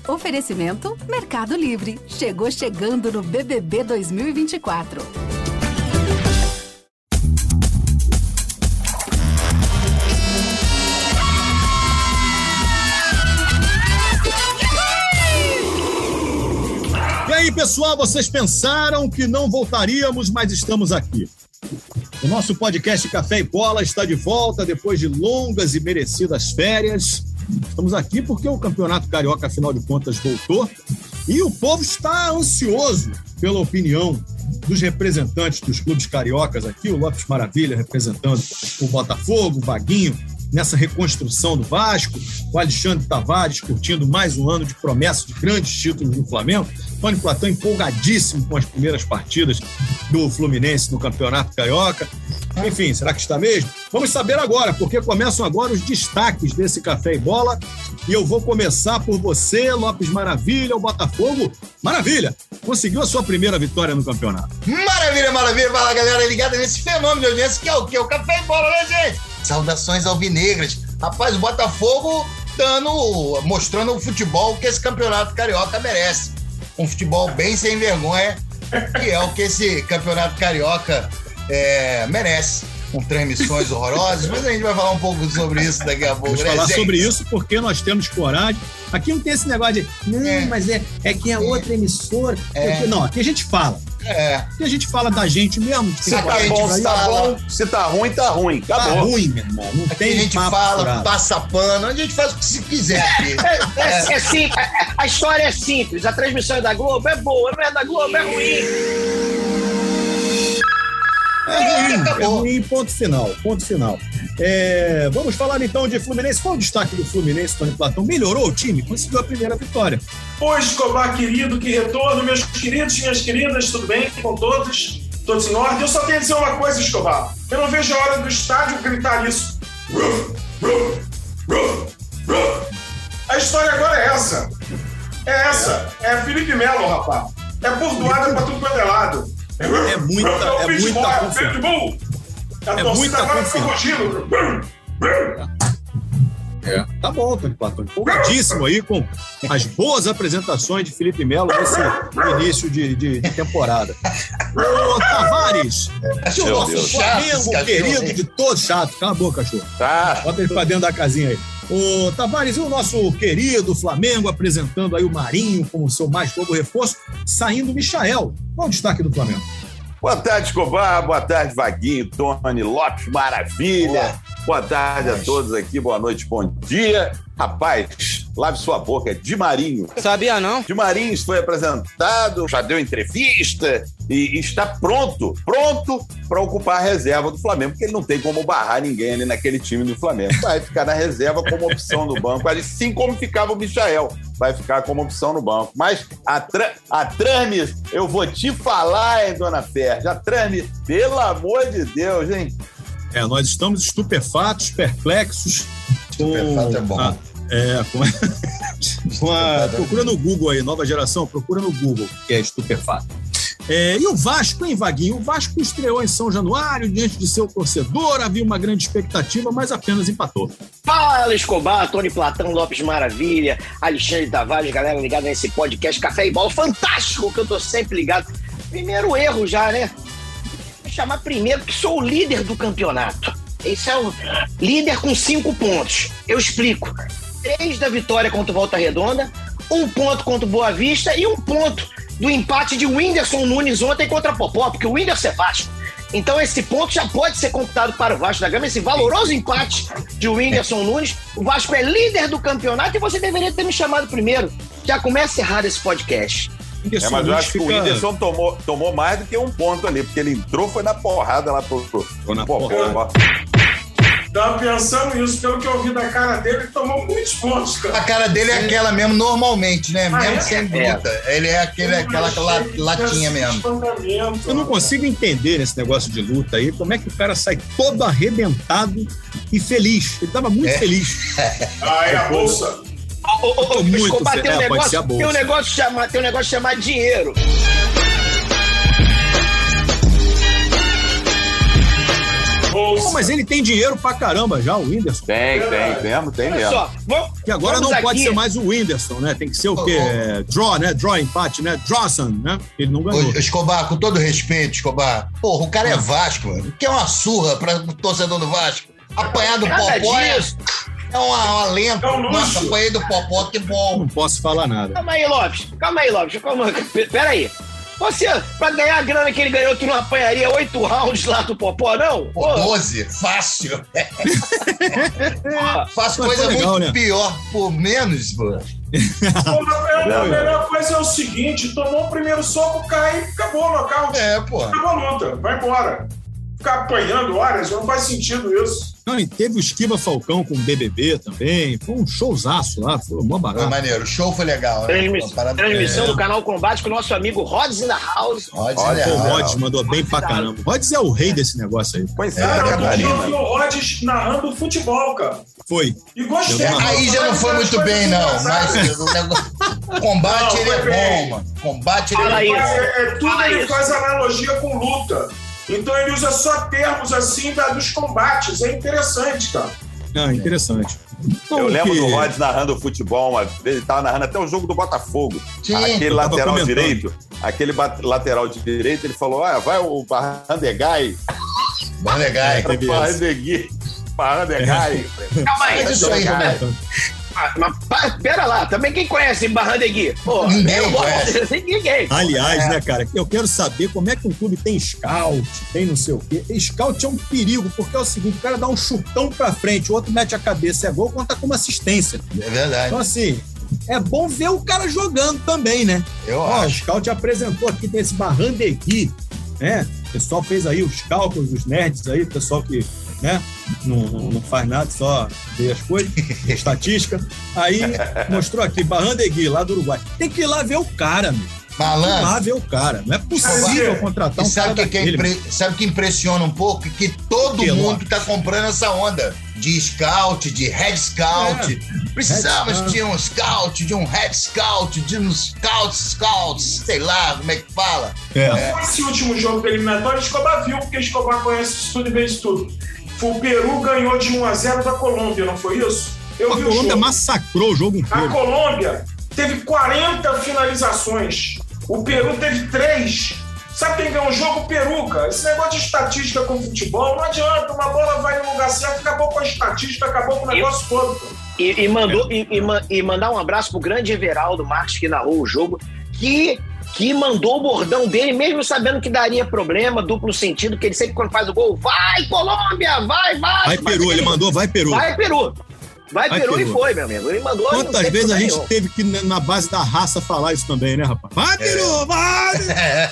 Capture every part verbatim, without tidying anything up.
Oferecimento Mercado Livre. Chegou chegando no B B B dois mil e vinte e quatro. E aí, pessoal, vocês pensaram que não voltaríamos, mas estamos aqui. O nosso podcast Café e Bola está de volta depois de longas e merecidas férias. Estamos aqui porque o Campeonato Carioca, afinal de contas, voltou. E o povo está ansioso pela opinião dos representantes dos clubes cariocas aqui. O Lopes Maravilha representando o Botafogo, o Vaguinho nessa reconstrução do Vasco, o Alexandre Tavares curtindo mais um ano de promessa de grandes títulos no Flamengo, Tony Platão empolgadíssimo com as primeiras partidas do Fluminense no Campeonato Carioca. Enfim, será que está mesmo? Vamos saber agora, porque começam agora os destaques desse Café e Bola. E eu vou começar por você, Lopes Maravilha, o Botafogo. Maravilha! Conseguiu a sua primeira vitória no campeonato. Maravilha, maravilha! Fala, galera, ligada nesse fenômeno de audiência que é o quê? O Café e Bola, né, gente? Saudações alvinegras. Rapaz, o Botafogo dando, mostrando o futebol que esse Campeonato Carioca merece. Um futebol bem sem vergonha, que é o que esse Campeonato Carioca é, merece. Com transmissões horrorosas, mas a gente vai falar um pouco sobre isso daqui a pouco. Vamos né, falar gente? sobre isso porque nós temos coragem. Aqui não tem esse negócio de, não, É. mas é, é que é outra emissora. É. Não, aqui a gente fala. É. Aqui a gente fala da gente mesmo. Se tá bom, aí, tá bom. Se tá ruim, tá ruim. Tá Acabou. ruim, meu irmão. Não Aqui tem a gente papo fala, furado. passa pano, a gente faz o que se quiser aqui. É, é, é simples, a, a história é simples. A transmissão é da Globo, é boa. Não é da Globo, é ruim. É ruim, é Acabou. ruim, ponto final, ponto final. É, vamos falar então de Fluminense. Qual o destaque do Fluminense, Tony Platão? Melhorou o time? Conseguiu a primeira vitória. Oi, Escobar, querido, que retorno, meus queridos e minhas queridas, tudo bem com todos? Todos em ordem? Eu só tenho a dizer uma coisa, Escobar. Eu não vejo a hora do estádio gritar isso. A história agora é essa. É essa. É Felipe Melo, rapaz. É bordoada pra tudo quanto é lado. É muita, é muita confiança. A É torcida muita agora fica confiança. rugindo. É. Tá bom, Tony Platão. Empolgadíssimo aí com as boas apresentações de Felipe Melo nesse início de, de, de temporada. Ô, Tavares, que o Meu nosso Deus. Flamengo Chato, querido cachorro. de todos, chato. Cala a boca, cachorro. Tá. Bota ele pra dentro da casinha aí. Ô, Tavares, e o nosso querido Flamengo apresentando aí o Marinho como seu mais novo reforço, saindo o Michael. Qual o destaque do Flamengo? Boa tarde, Escobar. Boa tarde, Vaguinho, Tony, Lopes, maravilha. Boa tarde a todos aqui. Boa noite, bom dia. Rapaz, lave sua boca. Di Marinho. Sabia não? Di Marinho foi apresentado, já deu entrevista e, e está pronto, pronto para ocupar a reserva do Flamengo, porque ele não tem como barrar ninguém ali naquele time do Flamengo. Vai ficar na reserva como opção no banco, assim como ficava o Michael. Vai ficar como opção no banco. Mas a, tra a Trames, eu vou te falar, hein, dona Ferdi? A Trames, pelo amor de Deus, hein? É, nós estamos estupefatos, perplexos. Estupefato com é bom. a- é, com a, com a- procura no Google aí, nova geração, procura no Google, que é estupefato. É, e o Vasco, hein, Vaguinho? O Vasco estreou em São Januário, diante de seu torcedor, havia uma grande expectativa, mas apenas empatou. Fala, Escobar, Tony Platão, Lopes Maravilha, Alexandre Tavares, galera ligada nesse podcast Café e Bola fantástico, que eu tô sempre ligado. Primeiro erro já, né? Vou chamar primeiro que sou o líder do campeonato. Esse é o líder com cinco pontos. Eu explico. Três da vitória contra o Volta Redonda, um ponto contra o Boa Vista e um ponto do empate de Whindersson Nunes ontem contra a Popó, porque o Whindersson é Vasco. Então esse ponto já pode ser computado para o Vasco da Gama, esse valoroso empate de Whindersson Nunes. O Vasco é líder do campeonato e você deveria ter me chamado primeiro. Já começa errado esse podcast. É, mas eu acho que o Whindersson tomou, tomou mais do que um ponto ali, porque ele entrou, foi na porrada lá pro... pro na Pô, porrada. Tava pensando nisso, pelo que eu vi da cara dele, ele tomou muitos pontos, cara. A cara dele é aquela mesmo, normalmente, né? Ah, Mesmo é? sem bruta. Ele é aquele, aquela la- latinha mesmo. Eu não consigo entender nesse negócio de luta aí, como é que o cara sai todo arrebentado e feliz. Ele tava muito É. feliz. Ah, é a bolsa. Ô, ô, ô, Muito Escobar, fe- tem um é, pode ser a negócio, bolsa. tem um negócio chamado, tem um negócio chamado dinheiro. bolso. Pô, mas ele tem dinheiro pra caramba já, o Whindersson. Tem, tem, tem, tem Olha mesmo. só, vamos, Que agora vamos não pode aqui. ser mais o Whindersson, né? Tem que ser o quê? É, draw, né? Draw, empate, né? Drawson, né? Ele não ganhou. Ô, Escobar, com todo respeito, Escobar, porra, o cara é Vasco, mano. Que é uma surra pra o torcedor do Vasco. Apanhar do Nada Popó é, disso. é uma, uma lenta. É um luxo. Nossa, apanhei do Popó, que bom. Não posso falar nada. Calma aí, Lopes. Calma aí, Lopes. Calma. Pera aí. Você, pra ganhar a grana que ele ganhou, tu não apanharia oito rounds lá do Popó, não? Pô, doze, fácil. Porra. Faço Mas coisa foi legal, muito né? pior por menos, mano. A melhor coisa é o seguinte: tomou o primeiro soco, cai e acabou o nocaute. É, pô. Acabou a luta, vai embora. Ficar apanhando horas, não faz sentido isso. Não, e teve o Esquiva Falcão com o B B B também. Foi um showzaço lá, foi mó Foi barato. maneiro. O show foi legal, né? Transmiss- Uma parada- Transmissão é. do canal Combate com o nosso amigo Rods in the House. Rods Olha, é Pô, o real. Rods mandou bem pra caramba. O Rods é o rei desse negócio aí. Pois é, É, Cara, eu Catarina. vi o Rods narrando futebol, cara. Foi. E gostei. Eu vou narrar. Aí já não foi muito bem, não. Mas o negócio... combate, Não, ele é foi bem. bom, mano. Combate, ele Fala é aí. bom. É, é, tudo Fala ele isso. faz analogia com luta. Então ele usa só termos assim da, dos combates. É interessante, cara. Ah, interessante. Então, Eu lembro que- do Rods narrando futebol uma vez, ele tava narrando até o jogo do Botafogo. Sim, aquele eu tava lateral comentando. direito, aquele ba- lateral de direito, ele falou: ah, vai o Barrandegai, Bom, legal. teve essa. Barrandegui, Barrandegai. Calma aí. É isso aí, Comentando. Ah, mas pa- pera lá, também quem conhece Barrandegui? Pô, Ninguém eu gosto. conhece. Ninguém. Aliás, É. né, cara, eu quero saber como é que um clube tem scout, tem não sei o quê. Scout é um perigo, porque é o seguinte, o cara dá um chutão pra frente, o outro mete a cabeça, é gol, conta como assistência. É verdade. Então, assim, é bom ver o cara jogando também, né? Eu Ó, o acho. scout apresentou aqui, tem esse Barrandegui, né? O pessoal fez aí os cálculos, os nerds aí, o pessoal que, né, não, não faz nada, só vê as coisas, estatística. Aí mostrou aqui, Barrandegui, lá do Uruguai. Tem que ir lá ver o cara, meu. Tem que ir lá Malandro. ver o cara. Não é possível Mas, contratar E um cara sabe o que, que é daquele. impre... sabe o que impressiona um pouco? Que todo Que, mundo Lopes? tá comprando essa onda de scout, de head scout. Precisamos Head scout. de um scout, de um head scout, de um scout, scouts, sei lá como é que fala. É. Esse último jogo da eliminatória, Escobar viu, porque Escobar conhece isso tudo e vê isso tudo. O Peru ganhou de um a zero da Colômbia, não foi isso? Eu A vi o Colômbia jogo. massacrou o jogo A inteiro. Colômbia teve quarenta finalizações. O Peru teve três. Sabe quem ganhou o jogo? O Peru, cara. Esse negócio de estatística com futebol não adianta. Uma bola vai no lugar certo, acabou com a estatística, acabou com o negócio todo. cara. E, e mandou, e, e ma- e mandar um abraço pro grande Everaldo Marques, que narrou o jogo, que, que mandou o bordão dele, mesmo sabendo que daria problema, duplo sentido, que ele sempre quando faz o gol, vai Colômbia, vai, vai. Vai Peru, ele mandou, vai Peru. Vai Peru. Vai, Vai, Peru, Peru. e foi, meu amigo. Ele mandou. não Quantas sei vezes a por gente nenhum. teve que, na base da raça, falar isso também, né, rapaz? Vai, Peru, vai! É.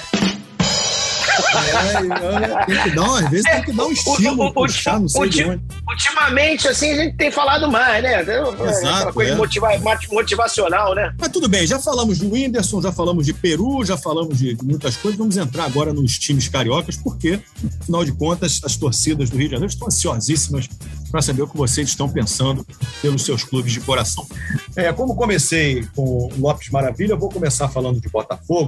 É, tem que dar, um- às vezes tem que dar um estímulo, puxar, não sei de onde. Ultimamente, assim, a gente tem falado mais, né? Aquela coisa é. motiva- motivacional, né? Mas tudo bem, já falamos do Whindersson, já falamos de Peru, já falamos de muitas coisas. Vamos entrar agora nos times cariocas, porque, afinal de contas, as torcidas do Rio de Janeiro estão ansiosíssimas para saber o que vocês estão pensando pelos seus clubes de coração. É, como comecei com o Lopes Maravilha, eu vou começar falando de Botafogo.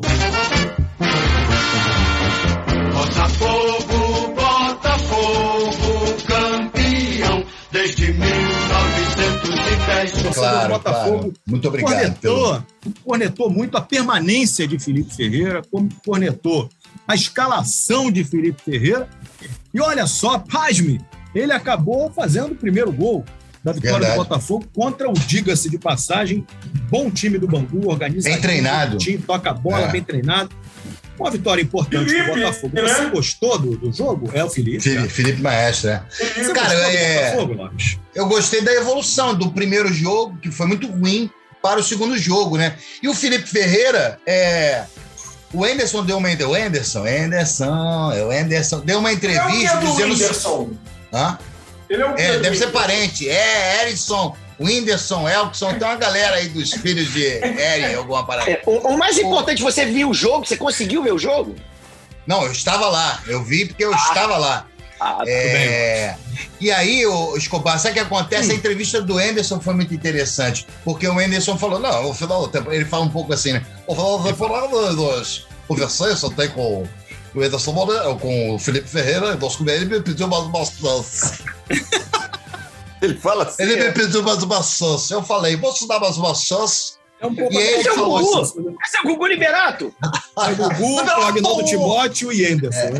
Botafogo, Botafogo, campeão desde mil novecentos e dez. Torcedor do Claro, Botafogo claro. Muito obrigado. cornetou, cornetou muito a permanência de Felipe Ferreira, como cornetou a escalação de Felipe Ferreira. E olha só, pasme, ele acabou fazendo o primeiro gol da vitória Verdade. do Botafogo contra o, diga-se de passagem, bom time do Bangu, organiza Bem treinado. time, toca a bola, É. bem treinado. Uma vitória importante Felipe, do Botafogo. né? Você gostou do, do jogo? É o Felipe. Felipe, cara. Felipe Maestro, né? Você Cara, gostou é- do Botafogo, Lopes? Eu gostei da evolução do primeiro jogo, que foi muito ruim, para o segundo jogo, né? E o Felipe Ferreira, é... o Anderson deu uma... O Anderson, Anderson, é o Anderson, deu uma É o que entrevista é do dizendo... Whindersson? Hã? Ele é o que É, do deve ser Whindersson? parente. É, Erison, Whindersson, Elkson, tem uma galera aí dos filhos de Eri, alguma parada. É, o, o mais importante, você viu o jogo? Você conseguiu ver o jogo? Não, eu estava lá. Eu vi porque eu estava lá. Ah, É... E aí, o Escobar, sabe o que acontece? A entrevista do Anderson foi muito interessante, porque o Anderson falou, não, no final do tempo, ele fala um pouco assim, né? O final do tempo, dos conversões só tem com o Anderson Moreira, com o Felipe Ferreira, nós com ele, me pediu mais uma chance. Ele fala assim. Ele é. me pediu mais uma chance. Eu falei, posso dar mais uma chance? É um pouco E ele Esse é o falou Gugu! assim, Esse é o Gugu Liberato! é o Gugu, o Agnaldo Timóteo e Anderson. É. Né?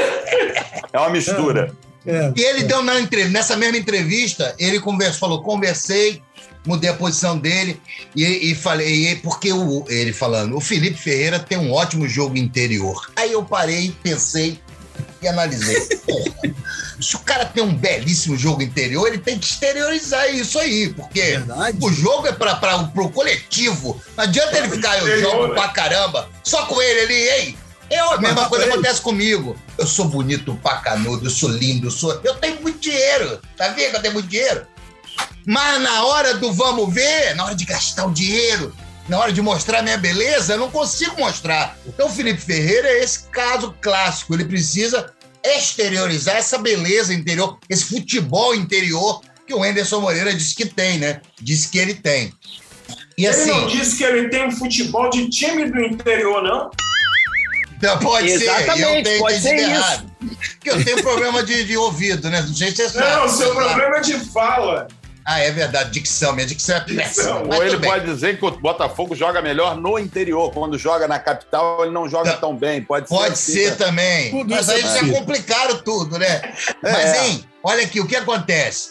É uma mistura. É. E ele deu na entrevista, nessa mesma entrevista, ele conversou, falou, conversei, mudei a posição dele e, e falei, porque o, ele falando, o Felipe Ferreira tem um ótimo jogo interior. Aí eu parei, pensei e analisei. Porra, se o cara tem um belíssimo jogo interior, ele tem que exteriorizar isso aí, porque Verdade. o jogo é para o coletivo. Não adianta ele ficar, eu jogo pra caramba, só com ele ali, ei. Eu, a mesma coisa acontece comigo. Eu sou bonito pra canudo, eu sou lindo, eu, sou... eu tenho muito dinheiro. Tá vendo que eu tenho muito dinheiro? Mas na hora do vamos ver, na hora de gastar o dinheiro, na hora de mostrar minha beleza, eu não consigo mostrar. Então o Felipe Ferreira é esse caso clássico. Ele precisa exteriorizar essa beleza interior, esse futebol interior que o Anderson Moreira disse que tem, né? Disse que ele tem. E Ele assim, não disse que ele tem um futebol de time do interior, não? pode Exatamente, ser, eu tenho pode entendido ser errado. Porque eu tenho problema de, de ouvido, né? Não sei se você Não, o sabe. seu problema é de fala. Ah, é verdade, dicção. Minha dicção é péssima. Ou Mas Ou ele tudo bem. pode dizer que o Botafogo joga melhor no interior. Quando joga na capital, ele não joga Tá. tão bem. Pode, Pode ser, ser assim, também. Tudo Mas isso aí é já possível. complicaram tudo, né? É. Mas, hein, olha aqui, o que acontece?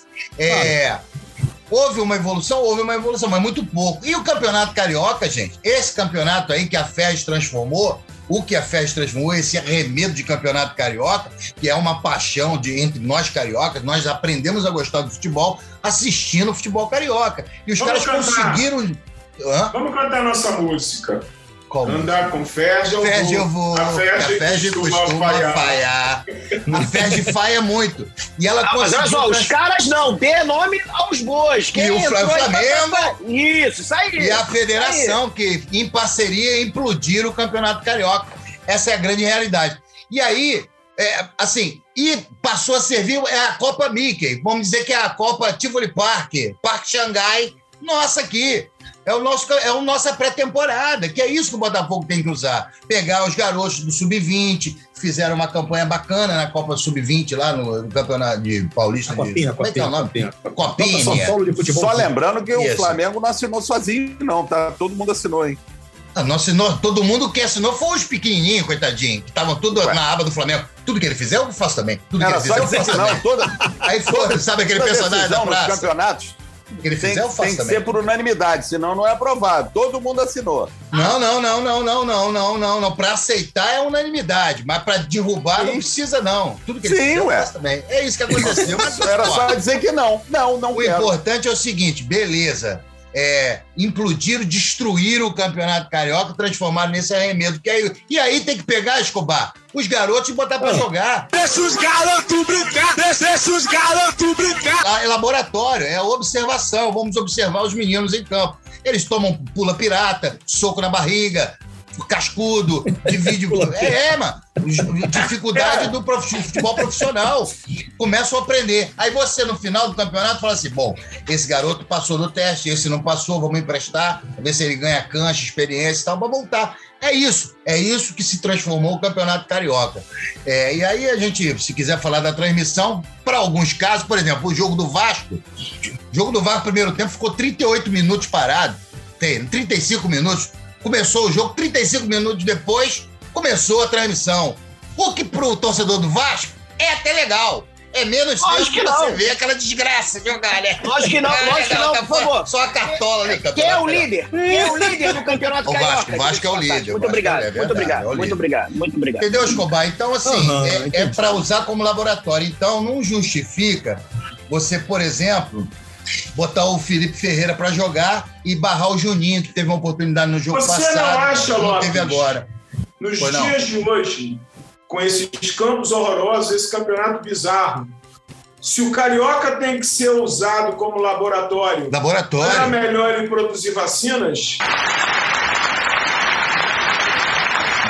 É, houve uma evolução, houve uma evolução, mas muito pouco. E o Campeonato Carioca, gente, esse campeonato aí que a F E S transformou, o que a F E S transformou, esse arremedo de Campeonato Carioca, que é uma paixão de, entre nós cariocas, nós aprendemos a gostar do futebol assistindo o futebol carioca. E os Vamos caras cantar. conseguiram... Hã? Vamos cantar nossa música. Como? Andar com Ferge, eu Ferge vou. eu vou, A Ferge a Ferge costuma costuma falhar. falhar. A Ferge falha muito. E ela Ah, mas olha conseguiu só, os trans- caras não, dê nome aos bois. Quem E o entrou aí Flamengo? pra- Isso, isso aí. E a isso federação, que em parceria implodiram o Campeonato Carioca. Essa é a grande realidade. E aí, é, assim, e passou a servir é a Copa Mickey. Vamos dizer que é a Copa Tivoli Park, Parque Xangai, nossa aqui. É o nosso, é a nossa pré-temporada, que é isso que o Botafogo tem que usar. Pegar os garotos do sub vinte, fizeram uma campanha bacana na Copa sub vinte, lá no, no Campeonato de Paulista. A Copinha, de, como é que é o nome? Copinha. Copinha. São Paulo de futebol. Só lembrando que Isso. o Flamengo não assinou sozinho, não, tá? Todo mundo assinou, hein? Ah, não assinou, todo mundo que assinou foi os pequenininhos, coitadinho, que estavam tudo Ué. na aba do Flamengo. Tudo que ele fizer, eu faço também. Tudo Era que só ele fizer, dizer eu que faço não. também. Toda, Aí foi, sabe aquele toda personagem da decisão nos praça? campeonatos O que ele tem, fizer, eu tem faço que também. ser por unanimidade, senão não é aprovado. Todo mundo assinou. Não, não, não, não, não, não, não, não, não. Pra aceitar é unanimidade, mas pra derrubar Sim. não precisa, não. Tudo que ele Sim, fizer, eu ué. faço também. É isso que aconteceu. Mas Era ó, só dizer que não. Não, não o quero. importante é o seguinte, beleza. É, implodiram, destruíram o Campeonato Carioca, transformaram nesse arremedo. Que aí, e aí tem que pegar, Escobar, os garotos e botar pra jogar. Deixa os garotos brincar, deixa os garotos brincar. Ah, é laboratório, é observação. Vamos observar os meninos em campo. Eles tomam pula pirata, soco na barriga, cascudo, divide. é, é, mano. Dificuldade do prof... futebol profissional. Começam a aprender. Aí você, no final do campeonato, fala assim: bom, esse garoto passou no teste, esse não passou, vamos emprestar, ver se ele ganha cancha, experiência e tal, pra voltar. É isso, é isso que se transformou o Campeonato Carioca. É, e aí a gente, se quiser falar da transmissão, para alguns casos, por exemplo, o jogo do Vasco, o jogo do Vasco, primeiro tempo, ficou trinta e oito minutos parado, tem trinta e cinco minutos, começou o jogo, trinta e cinco minutos depois, começou a transmissão. O que pro torcedor do Vasco é até legal. É menos Lógico tempo que que você não. vê aquela desgraça de jogar, né? Lógico que não, Ah, lógico que legal, não, tá por favor. Só a cartola ali, Quem é o líder? Quem é o líder do Campeonato O Carioca? Vasco, o Vasco é o líder, o Muito Vasco obrigado, é muito verdade, obrigado, é o líder. muito obrigado, muito obrigado. Entendeu, Escobar? Então, assim, Aham, é, é entendi. para usar como laboratório. Então, não justifica você, por exemplo, botar o Felipe Ferreira para jogar e barrar o Juninho, que teve uma oportunidade no jogo Você passado. não acha, não Lopes? teve agora. Nos Foi não. dias de hoje, com esses campos horrorosos, esse campeonato bizarro, se o Carioca tem que ser usado como laboratório para Laboratório. melhor ele produzir vacinas,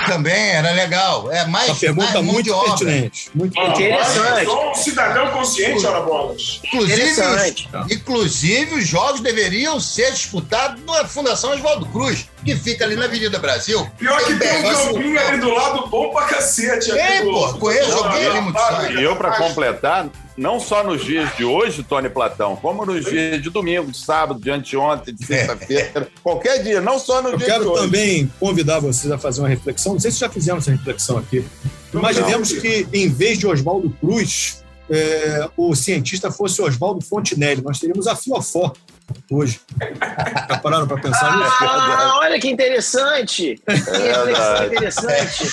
também, era legal. É mais, Uma pergunta mais muito de pertinente. Muito Ah, Interessante. Sou um cidadão consciente, ora bolas. Inclusive, Interessante. os, inclusive, os jogos deveriam ser disputados na Fundação Oswaldo Cruz, que fica ali na Avenida Brasil. Pior que tem um Negócio- campinho ali do lado bom pra cacete. É, aqui do- pô, conheço, Não, joguei não, ali muito para, sonho. E eu, para Mas- completar, não só nos dias de hoje, Tony Platão, como nos dias de domingo, de sábado, de anteontem, de sexta-feira, qualquer dia, não só no Eu dia de quero hoje. também convidar vocês a fazer uma reflexão. Não sei se já fizemos essa reflexão aqui. Imaginemos que, em vez de Oswaldo Cruz, é, o cientista fosse Oswaldo Fontinelli. Nós teríamos a Fiofó hoje. Já pararam para pensar nisso? Ah, olha que interessante. Que reflexão interessante.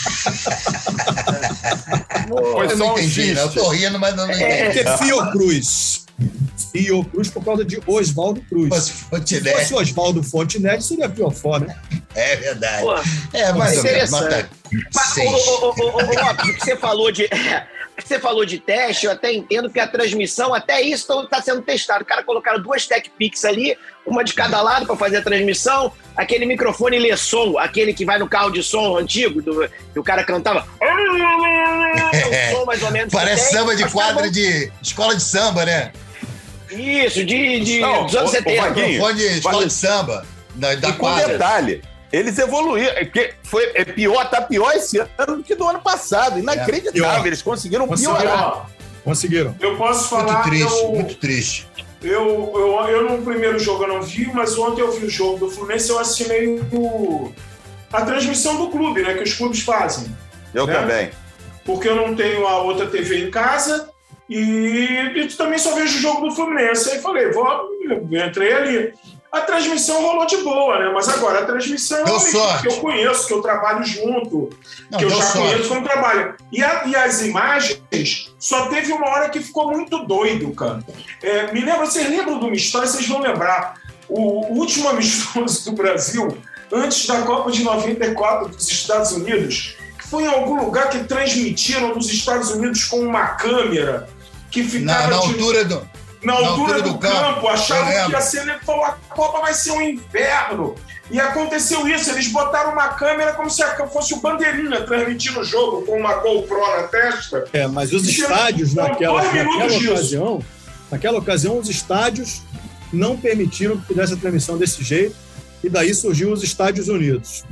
Foi Eu só não um entendi, né? Eu xiste. tô rindo, mas não entendi. Porque é Fiocruz. Fiocruz por causa de Oswaldo Cruz. Fosse Se Fontinelli. fosse Oswaldo Fontinelli, seria Fiofó, né? É verdade. Pô, É, mais ou menos. interessante. Nota Mas, ô, seis. ô, ô, ô, ô, Lopes, o que você falou de. o que você falou de teste, eu até entendo que a transmissão, até isso está sendo testado. O cara colocaram duas Tech Pix ali, uma de cada lado para fazer a transmissão, aquele microfone lê som, aquele que vai no carro de som antigo, do, que o cara cantava. É um som mais ou menos. que Parece tem, samba de mas tá quadra bom. de escola de samba, né? Isso, de, de Não, dos anos ô, ô, setenta. Vaguinho, Microfone de escola Vale- de samba. Da, da E com quadra. detalhe, eles evoluíram, é porque foi, é pior, tá pior esse ano do que do ano passado. Inacreditável, Pior. eles conseguiram Conseguiram. piorar. Ó, Conseguiram. eu posso Muito falar. triste, eu, muito triste. Eu, eu, eu no primeiro jogo eu não vi, mas ontem eu vi o jogo do Fluminense, eu assinei o, a transmissão do clube, né? Que os clubes fazem. Eu Né? também. Porque eu não tenho a outra T V em casa e, e também só vejo o jogo do Fluminense. Aí falei, vou, eu entrei ali. A transmissão rolou de boa, né? Mas agora a transmissão é Deu uma equipe sorte. que eu conheço, que eu trabalho junto, Não, que eu deu já sorte. conheço como trabalho. E, a- e as imagens, só teve uma hora que ficou muito doido, cara. É, me lembra, vocês lembram de uma história, vocês vão lembrar. O, o último amistoso do Brasil, antes da Copa de noventa e quatro dos Estados Unidos, que foi em algum lugar que transmitiram dos Estados Unidos com uma câmera que Na, ficava na de- altura do. na altura, do, campo, campo, achavam eu que lembro. ia ser, ele falou, a Copa vai ser um inferno. E aconteceu isso, eles botaram uma câmera como se fosse o Bandeirinha transmitindo o jogo com uma GoPro na testa. É, mas os Isso é- estádios são naquela, dois minutos naquela disso. ocasião, naquela ocasião, os estádios não permitiram que fizesse a transmissão desse jeito, e daí surgiu os Estados Unidos.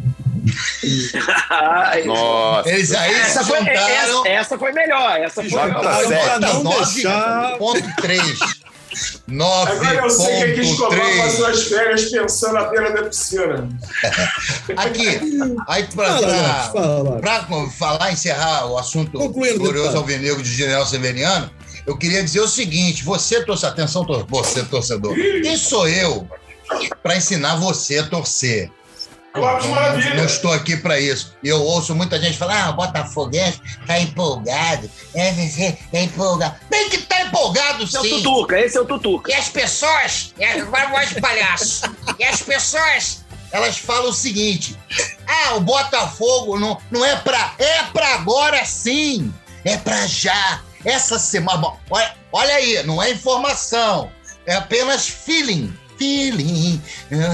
Ai, Nossa. Eles aí essa, se foi, juntaram. essa, essa foi melhor. Essa foi Joga melhor. pra sério. Para não nove deixar... ponto três. nove Agora eu sei que aqui Escobar ponto três. passou as férias pensando à beira da piscina. Aqui, aí pra, Fala, pra, Lopes, fala. pra falar, encerrar o assunto Concluindo, glorioso deputado. alvinegro de General Severiano, eu queria dizer o seguinte: você, torcedor, atenção, tor- você, torcedor, quem sou eu para ensinar você a torcer? Clóvis Não, Maravilha. não estou aqui para isso. E eu ouço muita gente falar: ah, o Botafoguense tá empolgado, é, é, é empolgado. Bem que tá empolgado, Esse é o sim. Tutuca, esse é o Tutuca. E as pessoas, é, agora voz de palhaço, e as pessoas, elas falam o seguinte: ah, o Botafogo não, não é pra. É pra agora sim, é pra já. Essa semana. Bom, olha, olha aí, não é informação, é apenas feeling. Feeling,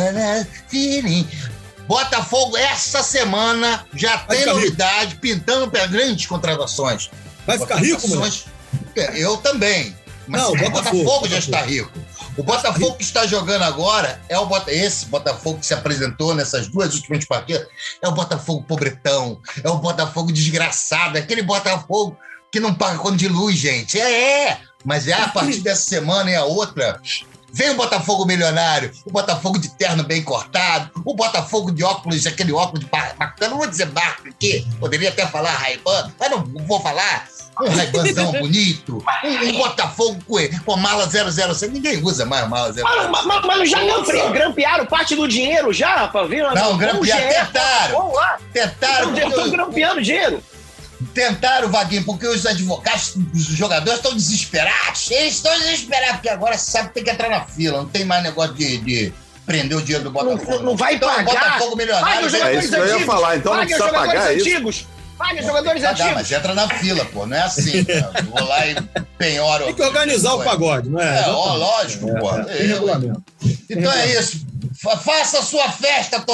feeling. Botafogo, essa semana já Vai tem ficar novidade, pintando para grandes contratações. Vai ficar rico, mano? Contratações- Eu também. Mas Não, o o Botafogo, Botafogo, já está rico. O Botafogo que está jogando agora é o Bota... esse Botafogo que se apresentou nessas duas últimas partidas. É o Botafogo pobretão, é o Botafogo desgraçado, é aquele Botafogo que não paga conta de luz, gente. É, é. Mas é a partir dessa semana e a outra. Vem o Botafogo milionário, o Botafogo de terno bem cortado, o Botafogo de óculos, aquele óculos de bar- bacana, não vou dizer barco aqui, poderia até falar Ray-Ban, mas não vou falar. Um Ray-Banzão bonito, um, um Botafogo com, com a mala zero zero seis, ninguém usa mais mala zero zero seis. Mas, mas, mas já grampe- grampearam parte do dinheiro já, rapaz? Viu? Não, grampearam, tentaram. Vamos lá. Tentaram, Estão porque- grampeando dinheiro. tentaram, Vaguinho, porque os advogados, os jogadores estão desesperados. Eles estão desesperados, porque agora você sabe que tem que entrar na fila, não tem mais negócio de, de prender o dinheiro do Botafogo. Não, não vai então, pagar. Botafogo milionário. Paga os vem- É jogadores isso que eu ia antigos. falar, então não Paga os precisa jogadores pagar isso. antigos. Paga os jogadores Ah, dá, antigos. mas entra na fila, pô, não é assim. Cara. Vou lá e penhoro. Tem que organizar o pagode, não é? É, ó, lógico, pô. É, tem regulamento. Então é isso. Fa- Faça a sua festa, torcedor.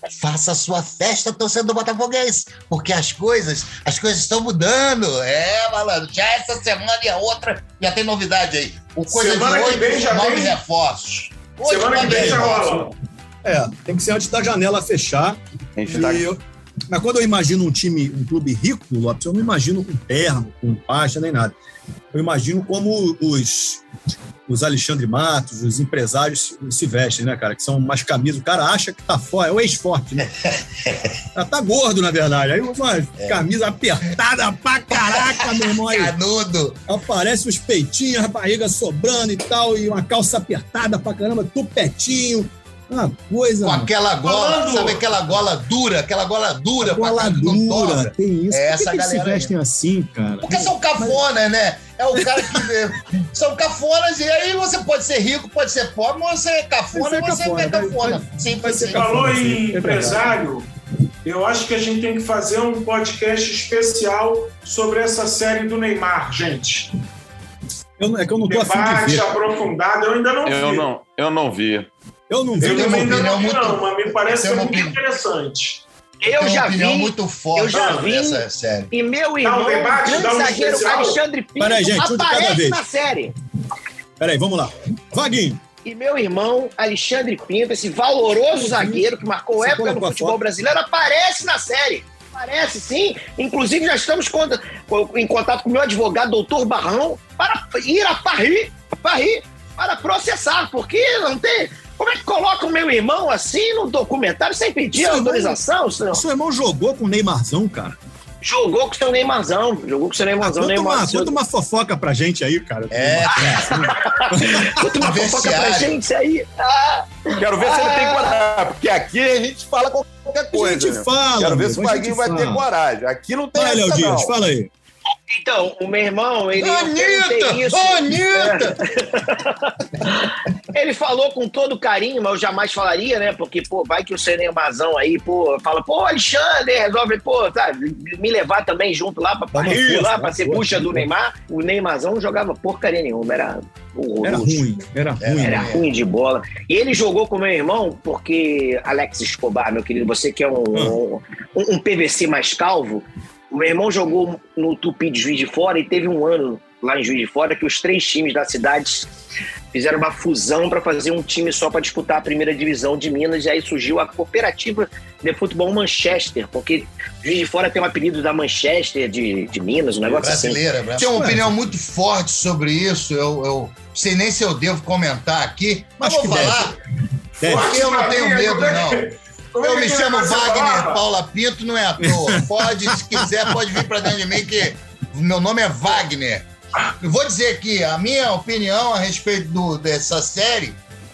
faça a sua festa torcendo botafoguense, porque as coisas, as coisas estão mudando. É, malandro, já essa semana e a outra já tem novidade aí. O Coisa semana de que vem hoje, já nove tem... reforços. Hoje semana que vem já rola. É, tem que ser antes da janela fechar. A gente tá... E eu... Mas quando eu imagino um time, um clube rico, Lopes, eu não imagino com terno, com pasta, nem nada. Eu imagino como os, os Alexandre Matos, os empresários se vestem, né, cara? Que são umas camisas. O cara acha que tá forte, é o ex-forte, né? Ela tá gordo, na verdade. Aí uma é. camisa apertada pra caraca, meu irmão. Aí, canudo. Aparece os peitinhos, a barriga sobrando e tal, e uma calça apertada pra caramba, tupetinho. Uma coisa... Com aquela gola, falando... sabe aquela gola dura, aquela gola dura. Gola pra dura, tem isso. É, Por que essa que galera eles se vestem aí? assim, cara? Porque são cafonas, Mas... né? É o cara que... são cafonas, e aí você pode ser rico, pode ser pobre, mas você é cafona, você cafona, é cafona. Vai, Sim, vai ser Falou cafona, em sim, empresário, eu acho que a gente tem que fazer um podcast especial sobre essa série do Neymar, gente. Eu, é que eu não tô afim de Debate ver. aprofundado, eu ainda não Eu vi. não, eu não vi. Eu não vi. Eu também ainda não vi, muito... não, mas me parece ser muito opinião... interessante. Eu Tem já uma opinião vi, muito forte eu já vi, dessa série. E meu irmão, Dá um debate, grande dá um zagueiro especial. Alexandre Pinto, Peraí, gente, um de cada aparece vez. na série. Peraí, vamos lá. Vaguinho. E meu irmão, Alexandre Pinto, esse valoroso zagueiro que marcou Você época no colocou a futebol foto? brasileiro, aparece na série. Aparece, sim. Inclusive, já estamos em contato com o meu advogado, doutor Barrão, para ir a Paris, Paris para processar, porque não tem... Como é que coloca o meu irmão assim no documentário sem pedir Seu autorização? Irmão, seu irmão jogou com o Neymarzão, cara. Jogou com o seu Neymarzão. Jogou com o seu Neymarzão. Ah, conta, Neymar, uma, seu... conta uma fofoca pra gente aí, cara. É, Conta uma fofoca pra gente aí. Ah, Quero ver ah, se ele tem coragem, porque aqui a gente fala qualquer coisa. A gente né? fala. Quero ver amigo, se o Vaguinho vai fala. ter coragem. Aqui não tem Vai, Léo essa, Dias, não. fala aí. Então, o meu irmão, ele... Anitta! isso. Anitta! É. Ele falou com todo carinho, mas eu jamais falaria, né? Porque, pô, vai que o seu Neymarzão aí, pô, fala, pô, Alexandre, resolve, pô, tá, me levar também junto lá pra Paris, força, lá pra ser força, bucha do força. Neymar. O Neymarzão não jogava porcaria nenhuma, era horroroso. Era ruim, era ruim. Era ruim de bola. E ele jogou com o meu irmão porque, Alex Escobar, meu querido, você que é um, um, um P V C mais calvo, o meu irmão jogou no Tupi de Juiz de Fora e teve um ano lá em Juiz de Fora que os três times da cidade fizeram uma fusão para fazer um time só para disputar a primeira divisão de Minas, e aí surgiu a Cooperativa de Futebol Manchester, porque Juiz de Fora tem o apelido da Manchester de, de Minas, um negócio Brasileira, assim. Tem uma opinião muito forte sobre isso, eu, eu sei nem se eu devo comentar aqui, mas Acho vou que falar, deve. porque eu não tenho medo, não. Eu me chamo Wagner Paula. Paula Pinto, não é à toa. Pode, se quiser, pode vir pra dentro de mim, que meu nome é Wagner. Eu vou dizer aqui, a minha opinião a respeito do, dessa série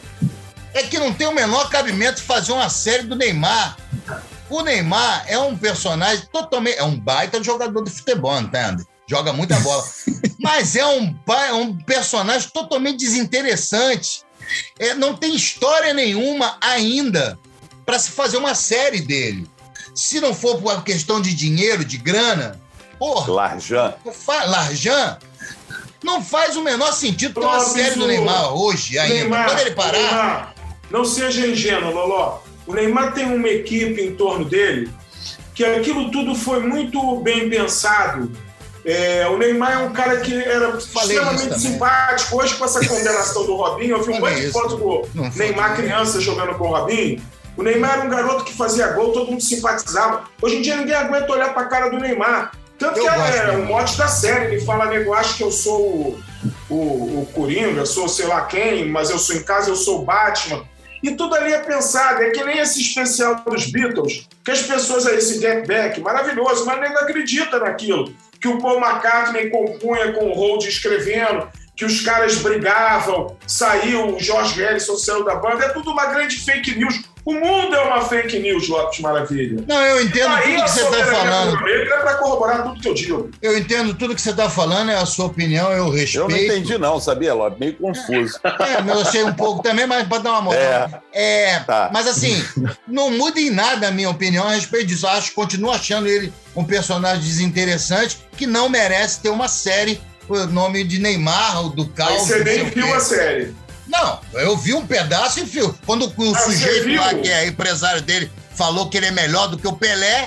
é que não tem o menor cabimento fazer uma série do Neymar. O Neymar é um personagem totalmente... É um baita jogador de futebol, entende? Joga muita bola. Mas é um, é um personagem totalmente desinteressante. É, não tem história nenhuma ainda para se fazer uma série dele. Se não for por uma questão de dinheiro, de grana, porra, Larjan. Larjan, não faz o menor sentido ter uma Lopes, série do o- Neymar hoje ainda. Neymar, Quando ele parar... Neymar, não seja ingênuo, Loló. O Neymar tem uma equipe em torno dele que aquilo tudo foi muito bem pensado. É, o Neymar é um cara que era Falei extremamente isso simpático. Hoje, com essa condenação do Robinho, eu vi um Falei monte de isso. foto do Não foi. Neymar criança jogando com o Robinho. O Neymar era um garoto que fazia gol, todo mundo simpatizava. Hoje em dia ninguém aguenta olhar pra cara do Neymar. Tanto Eu que gosto é, dele. o mote da série, ele fala, nego, acho que eu sou o, o, o Coringa, sou sei lá quem, mas eu sou em casa, eu sou o Batman. E tudo ali é pensado, é que nem esse especial dos Beatles, que as pessoas aí, esse Get Back, maravilhoso, mas nem acredita naquilo. Que o Paul McCartney compunha com o Hold escrevendo, que os caras brigavam, saiu, o George Harrison saiu da banda, é tudo uma grande fake news. O mundo é uma fake news, Lopes Maravilha. Não, eu entendo Aí tudo a que você está soberania falando. rubro-negra é para corroborar tudo que eu digo. Eu entendo tudo que você está falando, é a sua opinião, eu respeito. Eu não entendi, não, sabia, Lopes? Meio confuso. É, mas eu sei um pouco também, mas para dar uma moral. É, é Tá. mas assim, não muda em nada a minha opinião a respeito disso. Eu acho, continuo achando ele um personagem desinteressante que não merece ter uma série com o nome de Neymar ou do Aí Calvo. você não sei nem o quê. viu a série. Não, eu vi um pedaço e fio. Quando o Ah, você sujeito viu? lá, que é empresário dele, falou que ele é melhor do que o Pelé.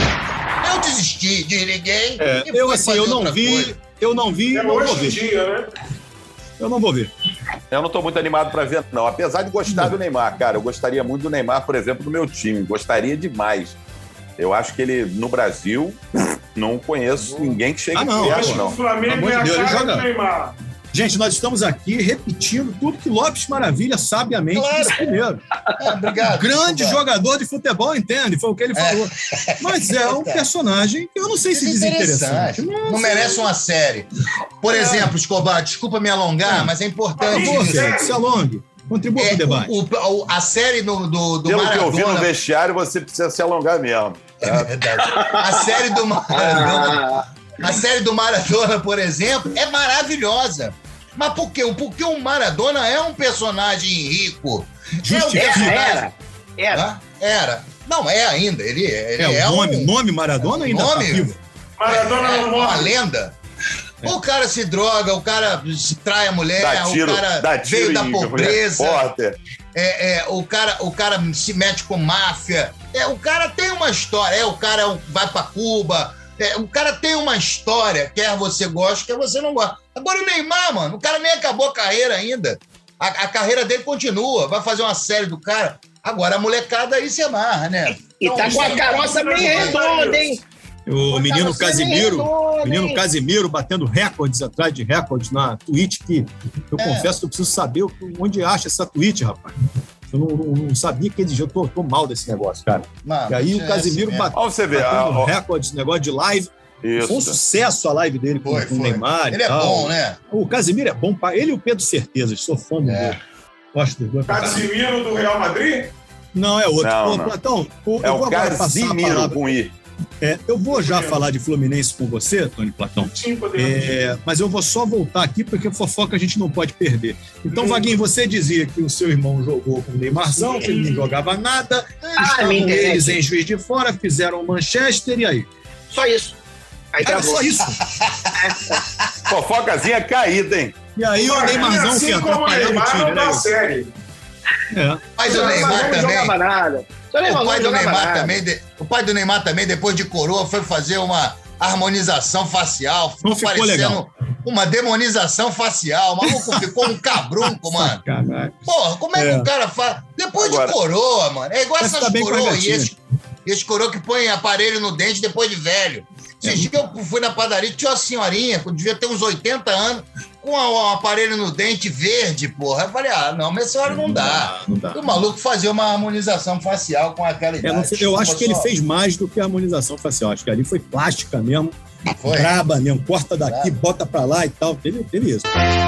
Eu desisti de ninguém. É, eu assim, eu não vi, coisa. eu não vi, é não vou ver. Dia, né? Eu não vou ver. Eu não estou muito animado para ver, não. Apesar de gostar do Neymar, cara, eu gostaria muito do Neymar, por exemplo, do meu time. Gostaria demais. Eu acho que ele, no Brasil, não conheço ninguém que chegue ah, não, perto, não. O Flamengo é a Deus, cara joga. do Neymar. Gente, nós estamos aqui repetindo tudo que Lopes Maravilha sabiamente claro. disse primeiro. É, obrigado. Grande jogador de futebol, entende? Foi o que ele falou. É. Mas é um personagem que eu não sei se desinteressante. Não, não merece uma série. Por é. exemplo, Escobar, desculpa me alongar, é. mas é importante. Por favor, se alongue. Contribua é, para o debate. O, o, a série do, do, do Pelo Maradona... que eu vi no vestiário, você precisa se alongar mesmo. É, é verdade. A série do Maradona... A série do Maradona, por exemplo, é maravilhosa. Mas por quê? Porque o Maradona é um personagem rico. Justifica. É, era. Era. Era. Não, é ainda. Ele, ele é, é o nome, um... nome Maradona ainda nome, tá vivo. Maradona é, não é morre. uma lenda. É. O cara se droga, o cara se trai a mulher, dá tiro, o cara dá tiro veio da pobreza. É, é, o, cara, o cara se mete com máfia. É, o cara tem uma história. É, o cara vai pra Cuba. É, o cara tem uma história, quer você goste, quer você não goste. Agora o Neymar, mano, o cara nem acabou a carreira ainda. A, a carreira dele continua, vai fazer uma série do cara. Agora a molecada aí se amarra, né? E então, tá com a carroça bem redonda, hein? O menino Casimiro, menino Casimiro batendo recordes atrás de recordes na Twitch, que eu é. confesso que eu preciso saber onde acha essa Twitch, rapaz. Eu não, não, não sabia que ele já tô, tô mal desse negócio, cara. Mano, e aí o Casimiro é bateu você vê, batendo recorde, esse negócio de live. Isso. Foi um sucesso a live dele foi, com foi. o Neymar. Ele é bom, né? O Casimiro é bom. Ele e o Pedro Certezas, sou fã do é. Gosto do Casimiro do Real Madrid? Não, é outro. Não, Pô, não. Platão, eu é vou o Casimiro com I. É, eu vou já falar de Fluminense com você, Tony Platão. Sim, podemos. É, mas eu vou só voltar aqui porque fofoca a gente não pode perder. Então, hum. Vaguinho, você dizia que o seu irmão jogou com o Neymarzão, que ele não jogava nada, ah, estavam eles em Juiz de Fora, fizeram o Manchester, e aí? Só isso. Aí Era só isso. Fofocazinha caída, hein? E aí o Neymarzão assim que atrapalhava o time, né? Série. É. Mas o Neymar também... Não jogava nada. O pai, do Neymar também, o pai do Neymar também, depois de coroa, foi fazer uma harmonização facial. Ficou não ficou parecendo legal. Uma demonização facial. O maluco ficou um cabrunco, mano. Sacanagem. Porra, como é, é que o cara faz? Depois Agora, de coroa, mano. É igual essas tá coroas. E esse, esse coroa que põe aparelho no dente depois de velho. Esses dias eu fui na padaria, tinha uma senhorinha, que devia ter uns oitenta anos, com um aparelho no dente verde, porra. Eu falei, ah, não, mas essa hora não, não dá. Não dá. O maluco fazia uma harmonização facial com aquela idade. É, não, eu acho que só... ele fez mais do que a harmonização facial. Acho que ali foi plástica mesmo, foi. Braba mesmo, corta daqui, Braba. Bota pra lá e tal. Teve, teve isso.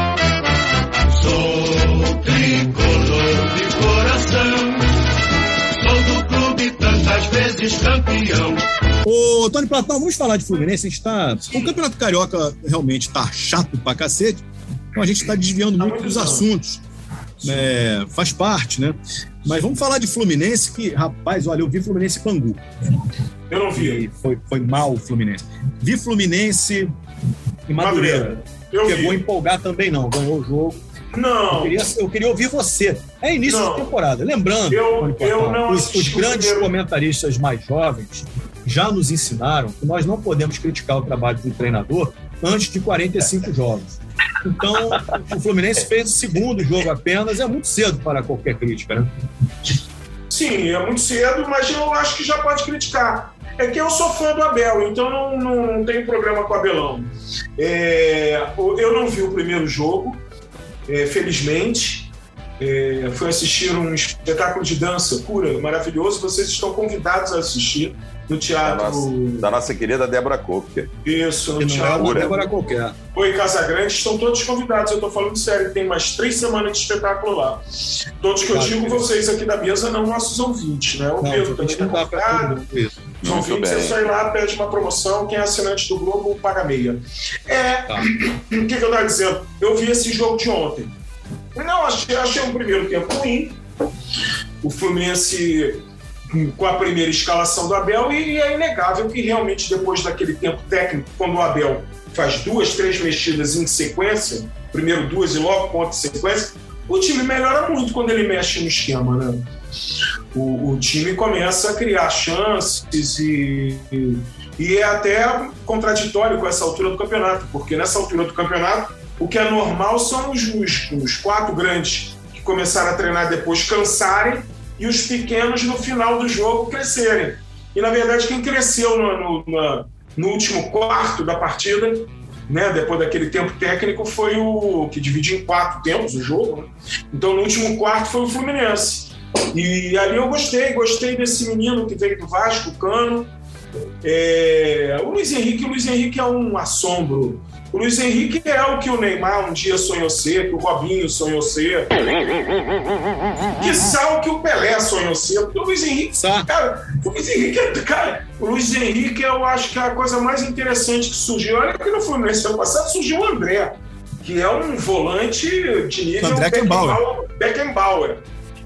Sou tricolor de coração, sou do clube tantas vezes campeão. Ô, Tony Platão, vamos falar de Fluminense. A gente tá... O Campeonato Carioca realmente tá chato pra cacete, então a gente tá desviando muito dos assuntos. É, faz parte, né? Mas vamos falar de Fluminense, que, rapaz, olha, eu vi Fluminense e Bangu. Eu não vi. Foi, foi mal o Fluminense. Vi Fluminense e Madureira. Eu Chegou vi. a empolgar também, não. Ganhou o jogo. Não. Eu queria, eu queria ouvir você. É início não. de temporada. Lembrando, eu, Platão, eu não os, os grandes eu... comentaristas mais jovens já nos ensinaram que nós não podemos criticar o trabalho do treinador antes de quarenta e cinco jogos. Então, o Fluminense fez o segundo jogo apenas. É muito cedo para qualquer crítica, né? Sim, é muito cedo, mas eu acho que já pode criticar. É que eu sou fã do Abel, então não, não, não tem problema com o Abelão. É, eu não vi o primeiro jogo, é, felizmente. É, fui assistir um espetáculo de dança pura, maravilhoso. Vocês estão convidados a assistir no teatro... Da nossa, da nossa querida Débora Coker. Isso, no que teatro... Não é Débora qualquer. Oi, Casagrande, estão todos convidados. Eu estou falando sério, tem mais três semanas de espetáculo lá. Todos que eu claro, digo, vocês aqui da mesa, não nossos ouvintes, né? O não, Pedro também está convidado. Os ouvintes, é só ir lá, pede uma promoção. Quem é assinante do Globo, paga meia. É, tá. O que, que eu estava dizendo? Eu vi esse jogo de ontem. Não, achei, achei um primeiro tempo ruim. O Fluminense com a primeira escalação do Abel, e é inegável que realmente depois daquele tempo técnico, quando o Abel faz duas, três mexidas em sequência, primeiro duas e logo ponto de sequência, o time melhora muito quando ele mexe no esquema, né? o, o time começa a criar chances e, e, e é até contraditório com essa altura do campeonato, porque nessa altura do campeonato o que é normal são os, os, os quatro grandes que começaram a treinar depois cansarem e os pequenos no final do jogo crescerem. E na verdade quem cresceu no, no, no, no último quarto da partida, né, depois daquele tempo técnico, foi o que divide em quatro tempos o jogo, né? Então no último quarto foi o Fluminense. E ali eu gostei, gostei desse menino que veio do Vasco, o Cano. É, o Luiz Henrique, o Luiz Henrique é um assombro. O Luiz Henrique é o que o Neymar um dia sonhou ser, que o Robinho sonhou ser. Quiçá o que o Pelé sonhou ser. Porque o Luiz Henrique, cara, o Luiz Henrique, cara, o Luiz Henrique eu acho que é a coisa mais interessante que surgiu. Olha que no Fluminense ano passado surgiu o André, que é um volante de nível André Beckenbauer. Beckenbauer.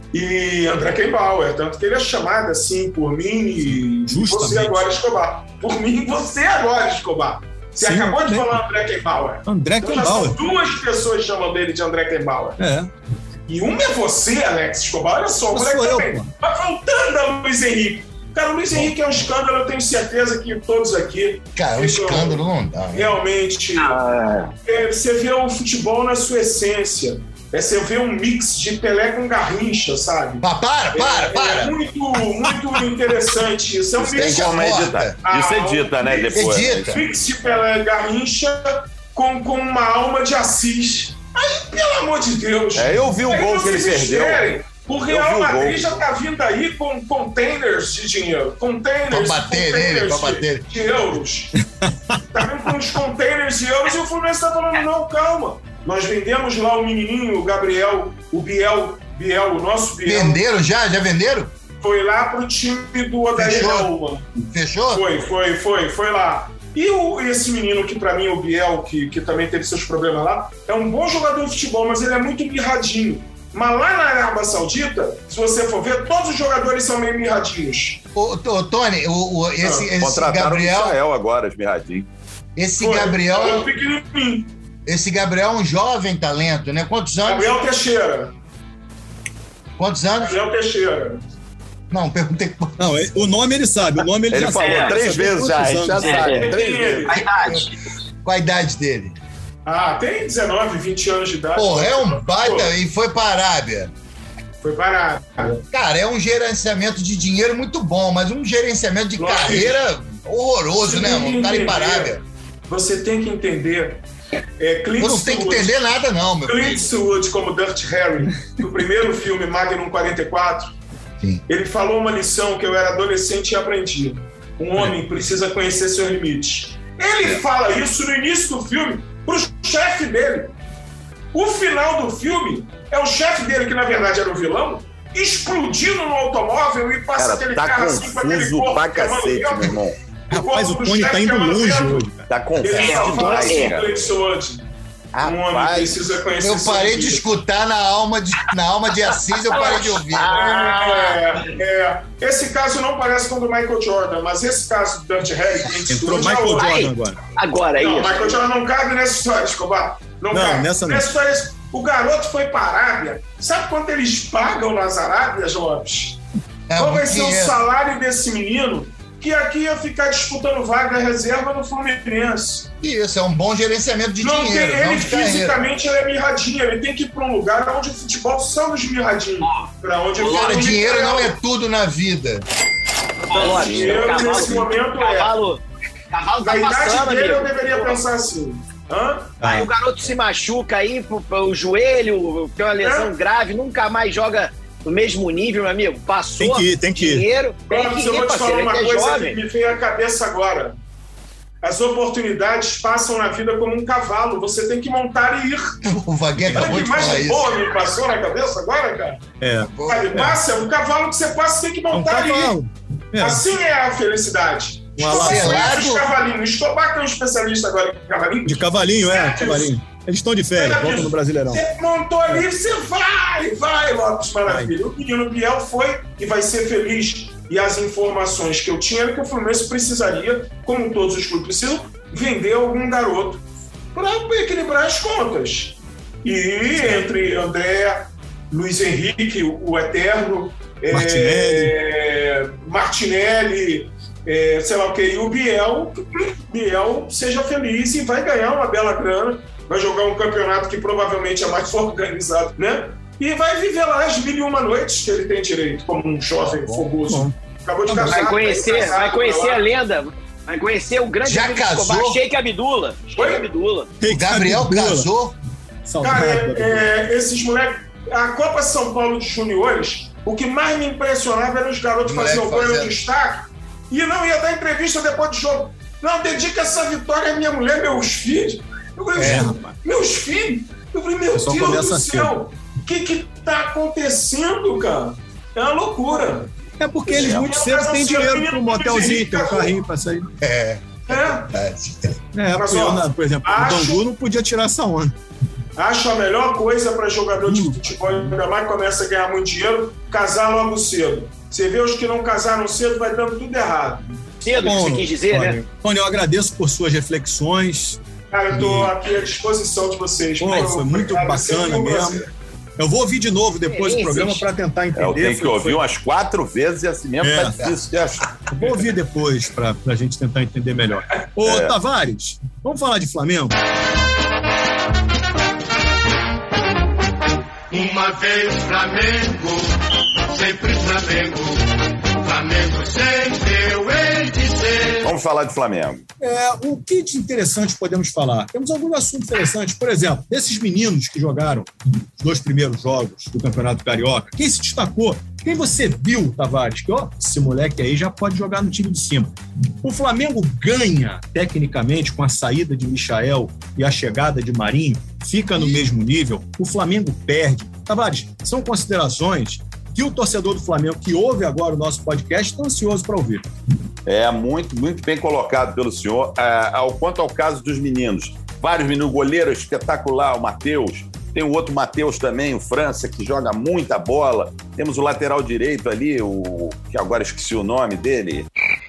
E André Kembauer, tanto que ele é chamado assim por mim e Justamente. Você agora, Escobar. Por mim, você agora, Escobar. Você Sim, acabou de bem. falar André Kembauer. André então, já são Kembauer. duas pessoas chamam dele de André Kembauer. É. E uma é você, Alex Escobar. Olha só, o moleque sou eu, também. pô. Mas voltando a Luiz Henrique. Cara, o Luiz Henrique é um escândalo, eu tenho certeza que todos aqui... Cara, é um ficam escândalo, não dá. Né? Realmente, Ah, é, você vê o futebol na sua essência. É, você vê um mix de Pelé com Garrincha, sabe? Ah, para, para, É, para. é muito, muito interessante isso. É um Tem mix, como foda. editar. Isso edita, né? Depois. Edita. mix de Pelé e Garrincha com, com uma alma de Assis. Aí, pelo amor de Deus. É, eu vi o aí gol não que ele se perdeu. desesperem. O Eu vi Real o Madrid gol. já tá vindo aí com containers de dinheiro. Containers, Pra bater containers nele, pra de, bater. de euros. Tá vindo com uns containers de euros e o Fluminense tá falando, não, calma. Nós vendemos lá o menininho, o Gabriel, o Biel, Biel, o nosso Biel. Venderam já? Já venderam? Foi lá pro time do Odair Fechou? Helman. Fechou? Foi, foi, foi, foi lá. E o, esse menino que pra mim, o Biel, que, que também teve seus problemas lá, é um bom jogador de futebol, mas ele é muito mirradinho. Mas lá na Arábia Saudita, se você for ver, todos os jogadores são meio mirradinhos. Ô, ô, Tony, o, o- esse, esse Contrataram Gabriel. o Michael agora, esmirradinho. Esse Foi, Gabriel. foi um pequenininho. Esse Gabriel é um jovem talento, né? Quantos anos? Gabriel Teixeira. Quantos anos? Gabriel Teixeira. Não, perguntei. Não, ele- o nome ele sabe, o nome ele, Ele já falou sabe. três Sabe vezes já, a quantos gente já anos. sabe. É. Três vezes. a idade. Qual a idade dele? Ah, tem dezenove, vinte anos de idade. Porra, é um baita e foi pra Arábia. Foi parado. Cara, é um gerenciamento de dinheiro muito bom, mas um gerenciamento de Lógico. carreira horroroso, né? Um cara ir pra Arábia. Você tem que entender. É, Clint Eu não tenho que Eastwood- entender nada, não, meu Clint filho. Eastwood, como Dirty Harry, no primeiro filme Magnum quarenta e quatro, Sim. ele falou uma lição que eu era adolescente e aprendi. Um homem precisa conhecer seus limites. Ele fala isso no início do filme pro chefe dele. O final do filme é o chefe dele, que na verdade era o vilão, explodindo no automóvel e passa Cara, aquele tá carro assim com aquele confuso corpo pra queimando cacete, vento. meu irmão. Rapaz, o corpo do Tony tá chefe indo queimando longe vento. hoje, cara. Tá confuso Ele só fala assim, demais, cara. Clint Eastwood. Um homem Rapaz, precisa conhecer eu seus parei de limites. escutar na alma de, na alma de Assis, eu parei de ouvir. É, é. Esse caso não parece com o do Michael Jordan, mas esse caso do Dirty Harry... Entrou Michael Jordan agora. Agora, Não, isso. Michael Jordan não cabe nessa história, Escobar. Não, Não, cabe. nessa não. história, o garoto foi para a Arábia. Sabe quanto eles pagam nas Arábias, Lopes? É, Qual vai ser o dinheiro. salário desse menino que aqui ia ficar disputando vaga reserva no Fluminense? Isso, é um bom gerenciamento de Não dinheiro, tem, não ele de carreira. fisicamente ele é mirradinho, ele tem que ir para um lugar onde o futebol são os mirradinhos. Para onde o Cara, dinheiro não é tudo na vida. Lopes, dinheiro cavalo, nesse momento é. cavalo, cavalo Na tá idade passando, dele, eu amigo. deveria pensar assim. Hã? Aí o garoto se machuca aí, pro- pro- o joelho, tem uma lesão É. grave, nunca mais joga no mesmo nível, meu amigo. Passou Tem que ir, tem que ir. dinheiro, tem Vamos, que eu ir, vou te falar parceiro, uma ele é coisa jovem. que me veio à cabeça agora. As oportunidades passam na vida como um cavalo. Você tem que montar e ir. O Vaguinho Olha acabou que de falar imagem isso. boa me passou na cabeça agora, cara. É. Sabe, passa, o cavalo que você passa, você tem que É um montar e ir. cavalo. É. Assim é a felicidade. Um Escobar conhece alaçado. os cavalinhos. Escobar que é um especialista agora em cavalinho. De cavalinho, é, Certo. cavalinho. Eles estão de férias, Certo. voltam no Brasileirão. Você montou ali, você vai, vai, Lopes Maravilha. O menino Biel foi e vai ser feliz. E as informações que eu tinha era que o Fluminense precisaria, como todos os clubes precisam, vender algum garoto para equilibrar as contas. E entre André, Luiz Henrique, o, o Eterno, é, Martinelli, é, sei lá o que, e o Biel, Biel seja feliz e vai ganhar uma bela grana, vai jogar um campeonato que provavelmente é mais organizado, né? E vai viver lá as mil e uma noites que ele tem direito, como um jovem fogoso. Acabou de casar. Vai conhecer, casado, vai conhecer a lenda. Vai conhecer o grande Já casou? Escobar, Sheik Abdullah. Sheik Abdullah. O Gabriel casou? Cara, é, é, esses moleques... A Copa São Paulo de Juniores, o que mais me impressionava era os garotos faziam o ganho de destaque e não ia dar entrevista depois do jogo. Não, dedica essa vitória à minha mulher, meus filhos. Eu falei, é, meus filhos? Eu falei, meu Deus do céu, o que que tá acontecendo, cara? É uma loucura. É porque eles muito cedo têm dinheiro para um motelzinho, tem um carrinho para sair. É. É. É, porque eu, não, por exemplo, acho, o Bangu não podia tirar essa onda. Acho a melhor coisa para jogador de futebol, ainda mais que começa a ganhar muito dinheiro, casar logo cedo. Você vê os que não casaram cedo, vai dando tudo errado. Cedo, que você quis dizer, Tony, né? Tony, eu agradeço por suas reflexões. Cara, eu tô e... aqui à disposição de vocês. Pô, foi muito bacana mesmo. Eu vou ouvir de novo depois do programa para tentar entender. Eu tenho que ouvir foi... umas quatro vezes e assim mesmo é. tá difícil de achar. Eu vou ouvir depois para a gente tentar entender melhor. Ô, é. Tavares, vamos falar de Flamengo? Uma vez Flamengo, sempre Flamengo. Flamengo sempre eu hei de ser. Vamos falar de Flamengo. É, o que de interessante podemos falar? Temos alguns assuntos interessantes. Por exemplo, desses meninos que jogaram os dois primeiros jogos do Campeonato Carioca, quem se destacou? Quem você viu, Tavares? Que, ó, esse moleque aí já pode jogar no time de cima. O Flamengo ganha, tecnicamente, com a saída de Michael e a chegada de Marinho, fica no mesmo nível. O Flamengo perde. Tavares, são considerações que o torcedor do Flamengo, que ouve agora o nosso podcast, está ansioso para ouvir. É, muito, muito bem colocado pelo senhor. Ah, ao quanto ao caso dos meninos, vários meninos, goleiro espetacular, o Matheus, tem o outro Matheus também, o França, que joga muita bola. Temos o lateral direito ali, o que agora esqueci o nome dele.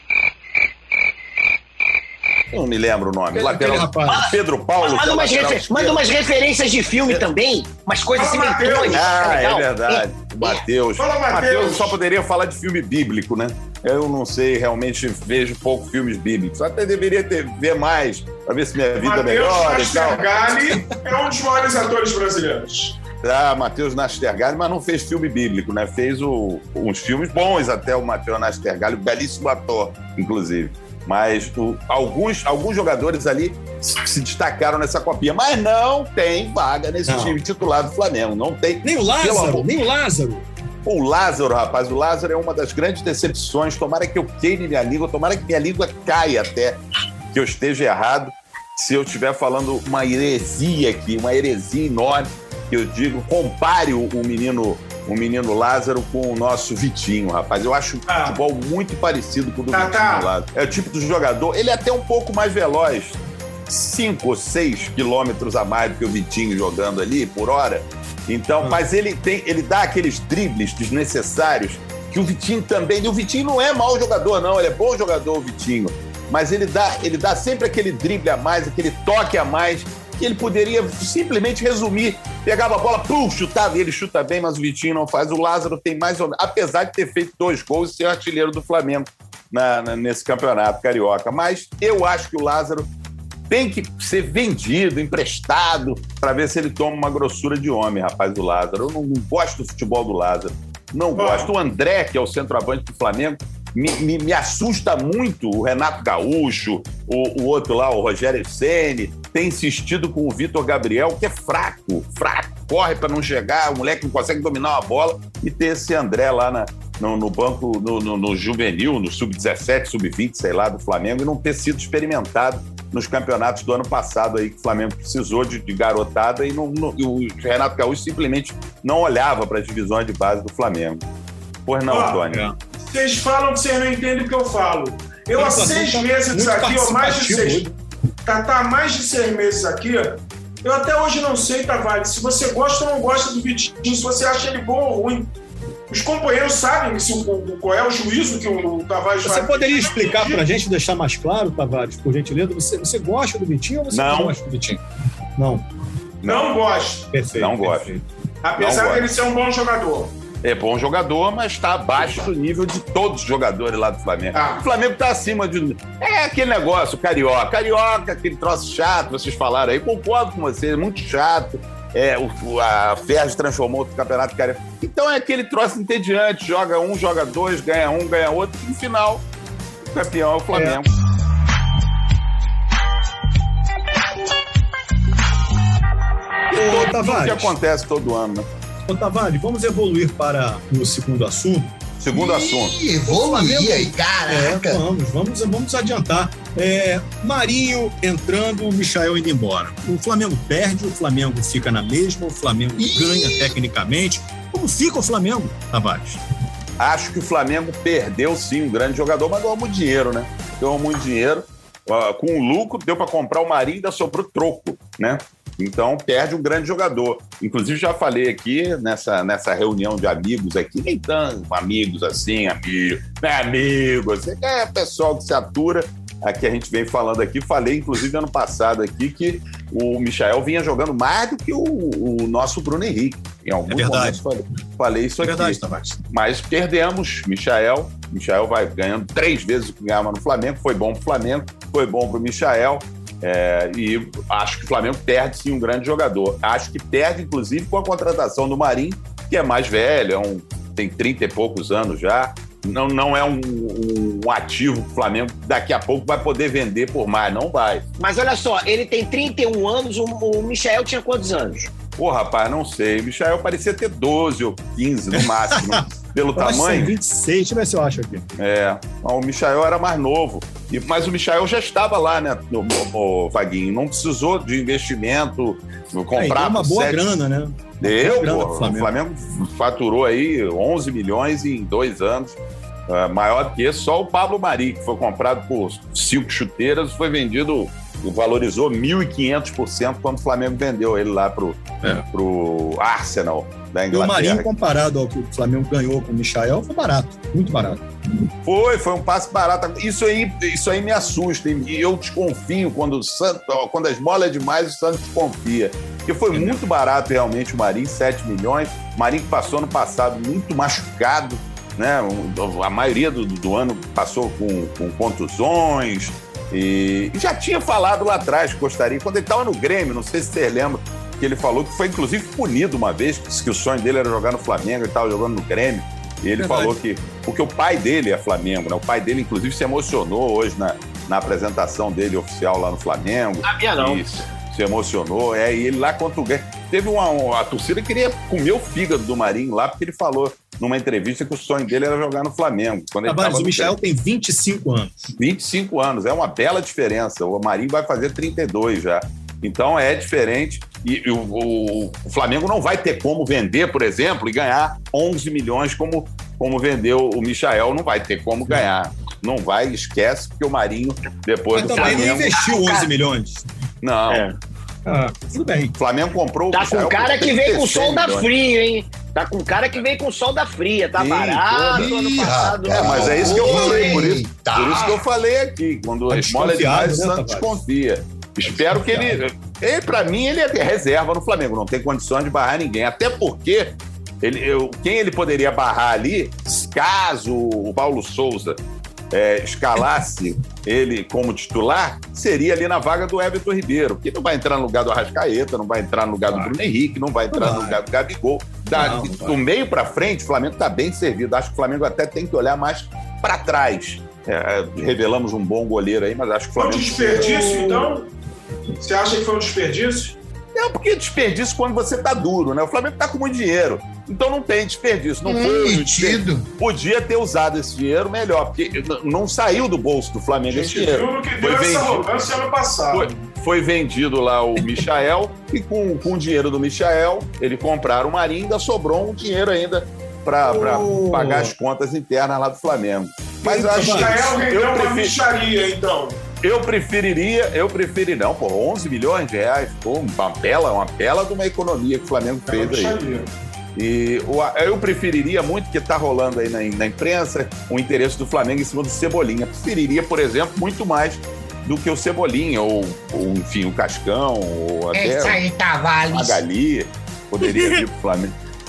Não me lembro o nome. Pedro, lateral, Pedro Paulo. Manda umas, refer- manda umas referências de filme Pedro. também, umas coisas assim bem tônicas. Ah, é, é verdade. É. O Matheus. Matheus só poderia falar de filme bíblico, né? Eu não sei, realmente vejo pouco filmes bíblicos. Até deveria ter, ver mais, para ver se minha vida Mateus melhora e tal. Nastergalli é um dos maiores atores brasileiros. Ah, Matheus Nastergalli, mas não fez filme bíblico, né? Fez o, uns filmes bons até o Matheus Nastergalli, belíssimo ator, inclusive. Mas o, alguns, alguns jogadores ali se destacaram nessa copinha. Mas não tem vaga nesse não. time titular do Flamengo. Não tem. Nem o Lázaro, nem o Lázaro. O Lázaro, rapaz, o Lázaro é uma das grandes decepções. Tomara que eu queime minha língua, tomara que minha língua caia até, que eu esteja errado. Se eu estiver falando uma heresia aqui, uma heresia enorme, que eu digo, compare o, o menino... o menino Lázaro com o nosso Vitinho, rapaz. Eu acho o ah. futebol muito parecido com o do tá, Vitinho tá. Lázaro. É o tipo do jogador, ele é até um pouco mais veloz, cinco ou seis quilômetros a mais do que o Vitinho jogando ali por hora. Então, ah. mas ele tem, ele dá aqueles dribles desnecessários que o Vitinho também... E o Vitinho não é mau jogador, não. Ele é bom jogador, o Vitinho. Mas ele dá, ele dá sempre aquele drible a mais, aquele toque a mais, que ele poderia simplesmente resumir. Pegava a bola, pum, chutava, e ele chuta bem, mas o Vitinho não faz. O Lázaro tem mais ou menos, apesar de ter feito dois gols e ser artilheiro do Flamengo na, na, nesse campeonato carioca. Mas eu acho que o Lázaro tem que ser vendido, emprestado, para ver se ele toma uma grossura de homem, rapaz, do Lázaro. Eu não, não gosto do futebol do Lázaro. Não gosto. O André, que é o centroavante do Flamengo, Me, me, me assusta muito. O Renato Gaúcho, o, o outro lá, o Rogério Ceni, tem insistido com o Vitor Gabriel, que é fraco, fraco, corre para não chegar, o moleque não consegue dominar uma bola, e ter esse André lá na, no, no banco, no, no, no juvenil, no sub dezessete, sub vinte, sei lá, do Flamengo, e não ter sido experimentado nos campeonatos do ano passado aí, que o Flamengo precisou de, de garotada, e, não, não, e o Renato Gaúcho simplesmente não olhava para as divisões de base do Flamengo. Pois não, Antônio? Ah, vocês falam que vocês não entendem o que eu falo. Eu há seis meses aqui, ou mais de seis... Tá, tá há mais de seis meses aqui, eu até hoje não sei, Tavares, se você gosta ou não gosta do Vitinho, se você acha ele bom ou ruim. Os companheiros sabem se o, qual é o juízo que o Tavares vai... Você poderia explicar pra gente, deixar mais claro, Tavares, por gentileza, você, você gosta do Vitinho ou você não, não gosta do Vitinho? Não. Não, não gosto. Perfeito. Não gosto. Perfeito. Apesar não dele gosto. ser um bom jogador. é bom jogador, mas está abaixo do nível de todos os jogadores lá do Flamengo. Ah. O Flamengo está acima de... É aquele negócio, carioca. Carioca, aquele troço chato, vocês falaram aí. Concordo com vocês, muito chato. É, o, a Ferdi transformou o campeonato carioca. Então é aquele troço entediante. Joga um, joga dois, ganha um, ganha outro. E no final, o campeão é o Flamengo. É. Ô, Tavares, que acontece todo ano, né? Ô, Tavares, vamos evoluir para o segundo assunto. Segundo Ih, assunto. Evoluir aí, caraca. É, vamos, vamos, vamos adiantar. É, Marinho entrando, o Michael indo embora. O Flamengo perde, o Flamengo fica na mesma, o Flamengo Ih. ganha tecnicamente. Como fica o Flamengo, Tavares? Acho que o Flamengo perdeu, sim, um grande jogador, mas ganhou muito dinheiro, né? Ganhou muito dinheiro. Uh, com o lucro, deu para comprar o Marinho e ainda sobrou troco, né? Então, perde um grande jogador. Inclusive, já falei aqui nessa, nessa reunião de amigos aqui, nem tão amigos assim, amigos, não é amigos, é pessoal que se atura. Aqui a gente vem falando aqui, falei, inclusive, ano passado aqui, que o Michael vinha jogando mais do que o, o nosso Bruno Henrique. Em alguns é verdade. momentos falei, falei isso é aqui. Verdade, Tavares. Mas perdemos Michael. Michael vai ganhando três vezes o que ganhava no Flamengo. Foi bom pro Flamengo, foi bom pro Michael. É, e acho que o Flamengo perde, sim, um grande jogador. Acho que perde, inclusive, com a contratação do Marinho, que é mais velho, é um, tem trinta e poucos anos já. Não, não é um, um ativo que o Flamengo daqui a pouco vai poder vender por mais, não vai. Mas olha só, ele tem trinta e um anos, o, o Michael tinha quantos anos? Pô, rapaz, não sei. O Michael parecia ter doze ou quinze no máximo, pelo tamanho. vinte e seis, deixa eu ver se eu acho aqui. É, o Michael era mais novo. E, mas o Michael já estava lá, né, no, no, no Vaguinho. Não precisou de investimento, comprar... É, uma boa sete... grana, né? Deu, pô. O Flamengo. Flamengo faturou aí onze milhões em dois anos. Uh, maior que esse, só o Pablo Mari, que foi comprado por cinco chuteiras, foi vendido, valorizou mil e quinhentos por cento quando o Flamengo vendeu ele lá pro, é. pro Arsenal da Inglaterra. E o Marinho, comparado ao que o Flamengo ganhou com o Michael, foi barato, muito barato. Foi, foi um passe barato. Isso aí, isso aí me assusta, e eu desconfio quando o Santos, quando a esmola é demais, o Santos desconfia. Porque foi é. muito barato realmente o Marinho, sete milhões. O Marinho que passou no passado muito machucado, né? A maioria do, do ano passou com, com contusões e, e já tinha falado lá atrás que gostaria, quando ele estava no Grêmio, não sei se vocês lembram, que ele falou que foi inclusive punido uma vez, que, que o sonho dele era jogar no Flamengo e estava jogando no Grêmio, e ele Verdade. falou que, porque o pai dele é Flamengo, né? O pai dele inclusive se emocionou hoje na, na apresentação dele oficial lá no Flamengo. Sabia não. Isso. Se emocionou, é, e ele lá contra o Grêmio. Teve uma, uma. A torcida queria comer o fígado do Marinho lá, porque ele falou numa entrevista que o sonho dele era jogar no Flamengo. Quando ele Tavares, tava o Michael tem vinte e cinco anos. vinte e cinco anos, é uma bela diferença. O Marinho vai fazer trinta e dois já. Então é diferente. E, e o, o, o Flamengo não vai ter como vender, por exemplo, e ganhar onze milhões como, como vendeu o Michael. Não vai ter como ganhar. Não vai, esquece, porque o Marinho, depois Mas do também Flamengo... não investiu onze milhões. Não. É. Ah, tudo bem. O Flamengo comprou... Tá o com cara que veio com o sol da milhões. fria, hein? Tá com cara que veio com o sol da fria. Tá Sim, barato todo... ano passado. É, mas é isso que eu falei, por isso, Tá. por isso que eu falei aqui. Quando Tá a esmola é demais, desconfiado, o né, Santos Tavares? desconfia. Espero que ele... ele pra mim, ele é reserva no Flamengo. Não tem condições de barrar ninguém. Até porque ele, eu, quem ele poderia barrar ali, caso o Paulo Souza É, escalasse ele como titular, seria ali na vaga do Everton Ribeiro, que não vai entrar no lugar do Arrascaeta, não vai entrar no lugar do Bruno Henrique, não vai entrar Não no vai. lugar do Gabigol. Da, Não, não do vai. meio para frente, o Flamengo está bem servido. Acho que o Flamengo até tem que olhar mais para trás. É, revelamos um bom goleiro aí, mas acho que o Foi um Flamengo... desperdício, então? Você acha que foi um desperdício? Não, porque desperdício quando você tá duro, né? O Flamengo tá com muito dinheiro. Então não tem desperdício. Não Hum, foi um metido. desperdício. Podia ter usado esse dinheiro melhor, porque n- não saiu do bolso do Flamengo A esse gente dinheiro. viu no que Foi deu essa vendido, arrogância ano passado. foi, foi vendido lá o Michael e com, com o dinheiro do Michael, ele compraram o Marinho, ainda sobrou um dinheiro ainda para Oh. pagar as contas internas lá do Flamengo. Mas eu acho Michael rendeu eu uma prefiro, micharia, então. eu preferiria, eu preferiria, não, pô, onze milhões de reais, pô, uma bela, uma bela de uma economia que o Flamengo É uma fez aí. micharia. E o- eu preferiria muito, que tá rolando aí na, na imprensa, o interesse do Flamengo em cima do Cebolinha. Preferiria, por exemplo, muito mais do que o Cebolinha, ou, ou enfim, o Cascão, ou até Essa aí, a Tavares. Magali, poderia vir pro Flamengo.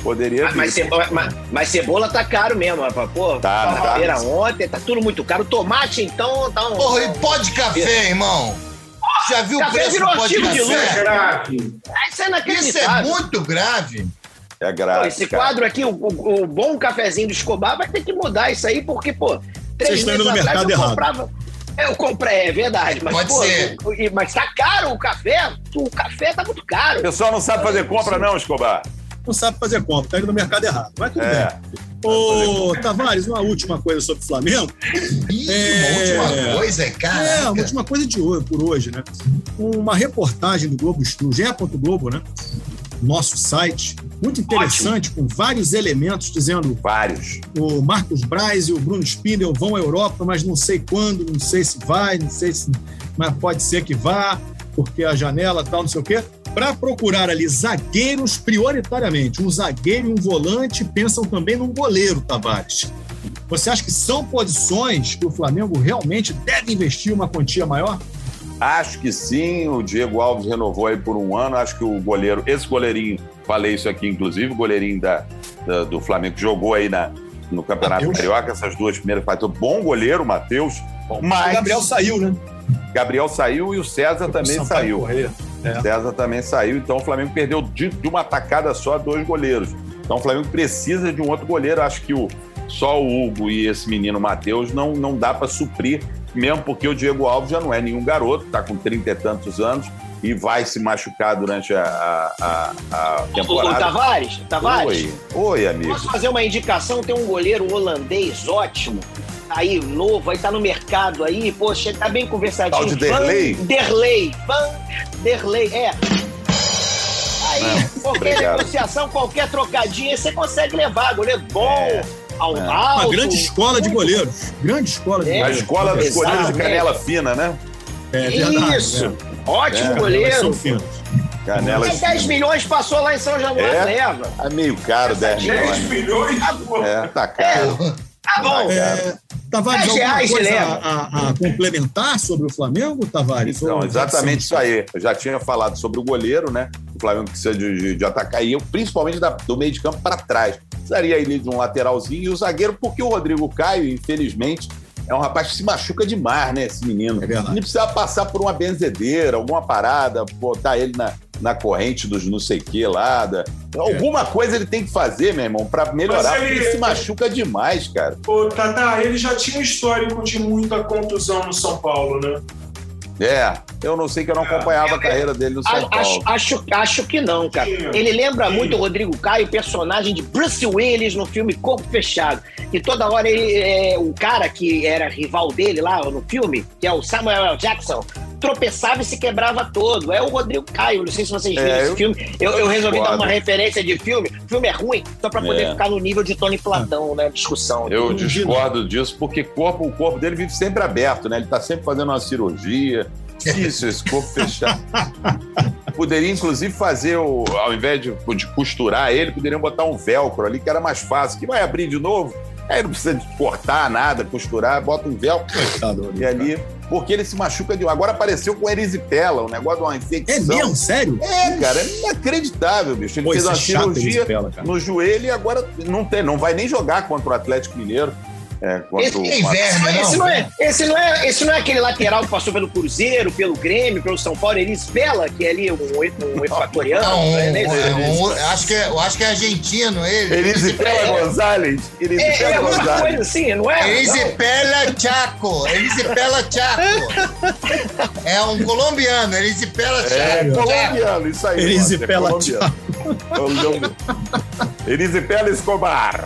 Poderia mas, mas, cebola, mas, mas cebola tá caro mesmo, rapaz. Pô, tá, tá. Feira ontem, tá tudo muito caro. Tomate, então, tá um. Porra, e pó de café, irmão? Já viu o preço do pó de café? Grave. Isso é inacreditável. Isso é muito grave. É grave. Pô, esse cara. quadro aqui, o, o, o bom cafezinho do Escobar, vai ter que mudar isso aí, porque, pô, três Vocês estão indo meses no atrás mercado eu errado. comprava. Eu comprei, é verdade, mas, Pode pô, ser. o- mas tá caro o café, o café tá muito O caro. pessoal não sabe fazer compra, não, Escobar. Não sabe fazer compra, tá indo no mercado errado. Mas tudo É. bem. Ô, Tavares, uma última coisa sobre o Flamengo. Ih, É. uma última coisa, cara. É, uma última coisa de hoje, por hoje, né? Uma reportagem do Globo, do G E. Globo, né? Nosso site, muito interessante, com vários elementos dizendo Vários. o Marcos Braz e o Bruno Spindel vão à Europa, mas não sei quando, não sei se vai, não sei se... Mas pode ser que vá, porque a janela tal, não sei o quê. Para procurar ali zagueiros prioritariamente. Um zagueiro e um volante, pensam também num goleiro, Tavares. Você acha que são posições que o Flamengo realmente deve investir uma quantia maior? Acho que sim, o Diego Alves renovou aí por um ano, acho que o goleiro, esse goleirinho, falei isso aqui inclusive, o goleirinho da, da- do Flamengo que jogou aí na, no Campeonato Matheus. Carioca, essas duas primeiras partidas, bom goleiro, Matheus, mas O Gabriel saiu, né? Gabriel saiu e o César também Sampaio saiu. Corrêa. É. César também saiu, então o Flamengo perdeu de, de uma tacada só dois goleiros. Então o Flamengo precisa de um outro goleiro, acho que o, só o Hugo e esse menino Matheus não, não dá para suprir, mesmo porque o Diego Alves já não é nenhum garoto, está com trinta e tantos anos e vai se machucar durante a, a, a, a Ô, temporada. Tavares, Tavares, Oi, oi, amigo. posso fazer uma indicação? Tem um goleiro holandês ótimo, aí novo, aí tá no mercado aí, poxa, tá bem conversadinho. Tal de Derlei? Van Derlei, Van Derlei, é. Aí, É, qualquer obrigado. negociação, qualquer trocadinha, você consegue levar. Goleiro bom, É, ao é. alto. Uma grande escola de muito goleiros. Grande escola de É. A goleiros. escola dos Exato, goleiros de é. canela fina, né? É verdade. Isso, né? ótimo É, Elas goleiro. são finas. Canela Mas dez fina. milhões passou lá em São Januário, É? leva. É meio caro, dez dez milhões. milhões, pô. É, tá caro. Tá bom. É, Tavares, dez alguma reais coisa leva. a, a- a complementar sobre o Flamengo, Tavares? Então, Ou- exatamente isso aí. Eu já tinha falado sobre o goleiro, né? O Flamengo precisa de, de, de atacar, e eu, principalmente da- do meio de campo para trás. Precisaria ali de um lateralzinho e o zagueiro, porque o Rodrigo Caio, infelizmente, é um rapaz que se machuca demais, né? Esse menino. É verdade. Ele precisa passar por uma benzedeira, alguma parada, botar ele na, na corrente dos não sei o que lá. Da... Alguma coisa ele tem que fazer, meu irmão, para melhorar, Mas ele- porque ele se machuca demais, cara. Ô, Tata, ele já tinha um histórico de muita contusão no São Paulo, né? É, eu não sei que eu não acompanhava Eu- a carreira dele no São A- Paulo. Acho, acho, acho que não, cara. Sim. Ele lembra Sim. muito o Rodrigo Caio, personagem de Bruce Willis no filme Corpo Fechado. E toda hora ele, é, o cara que era rival dele lá no filme, que é o Samuel L. Jackson, tropeçava e se quebrava todo. É o Rodrigo Caio. Não sei se vocês viram É, esse eu- filme. Eu, eu resolvi discordo. dar uma referência de filme. O filme é ruim, só pra poder É. ficar no nível de Tony Platão, né? Discussão. Eu Não discordo disso, porque corpo, o corpo dele vive sempre aberto, né? Ele tá sempre fazendo uma cirurgia. Difícil esse corpo fechado. Poderia, inclusive, fazer, o, ao invés de, de costurar ele, poderiam botar um velcro ali, que era mais fácil, que vai abrir de novo. Aí não precisa de cortar nada, costurar, bota um velcro Coitado, e ali. Porque ele se machuca de. Agora apareceu com erisipela, um negócio de uma infecção. É mesmo? Sério? É, cara, é inacreditável, bicho. Ele Pô, fez isso uma é chato, cirurgia erisipela, cara. no joelho e agora não, tem, não vai nem jogar contra o Atlético Mineiro. É, contra Esse o é inverno, Esse não. não, é, esse, não é, esse não é aquele lateral que passou pelo Cruzeiro, pelo Grêmio, pelo São Paulo, Elis Pela, que é ali um, um equatoriano. Não, um, né? um, um, acho, que é, eu acho que é argentino ele. Elisipela Gonzalez. É, é Elisipela alguma coisa Gonzalez. assim, não é? Elisipela Chaco. Elisipela Chaco. É um colombiano, Elisipela É, Chaco. colombiano, isso aí. Elisipela Márcio, é colombiano. Elisipela Escobar.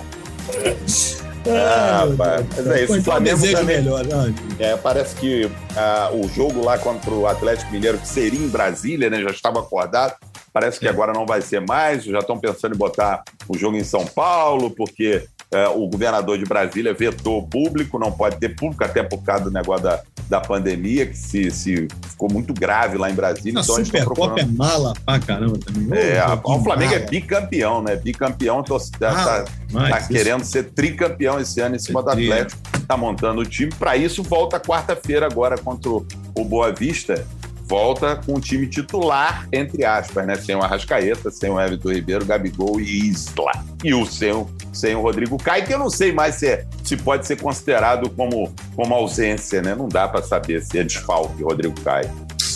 Ah, rapaz. Mas é isso, o Então, Flamengo desejo também. melhor. né? É, parece que ah, o jogo lá contra o Atlético Mineiro, que seria em Brasília, né, já estava acordado. Parece que agora não vai ser mais. Já estão pensando em botar o jogo em São Paulo, porque eh, o governador de Brasília vetou o público, não pode ter público, até por causa do negócio da, da pandemia, que se, se ficou muito grave lá em Brasília. A Então, eles estão Supercopa é procurando. mala pra caramba também. É, Ô, a- joguinho o Flamengo é mala. bicampeão, né? Bicampeão, tô, tá, Ah, tá- mas tá isso- querendo ser tricampeão esse ano em cima do Tri. Atlético. Tá montando o time. Para isso, volta quarta-feira agora contra o o Boa Vista. volta com o time titular, entre aspas, né? Sem o Arrascaeta, sem o Everton Ribeiro, Gabigol e Isla. E o sem, sem o Rodrigo Caio, que eu não sei mais se, é, se pode ser considerado como, como ausência, né? Não dá para saber se é desfalque, Rodrigo Caio.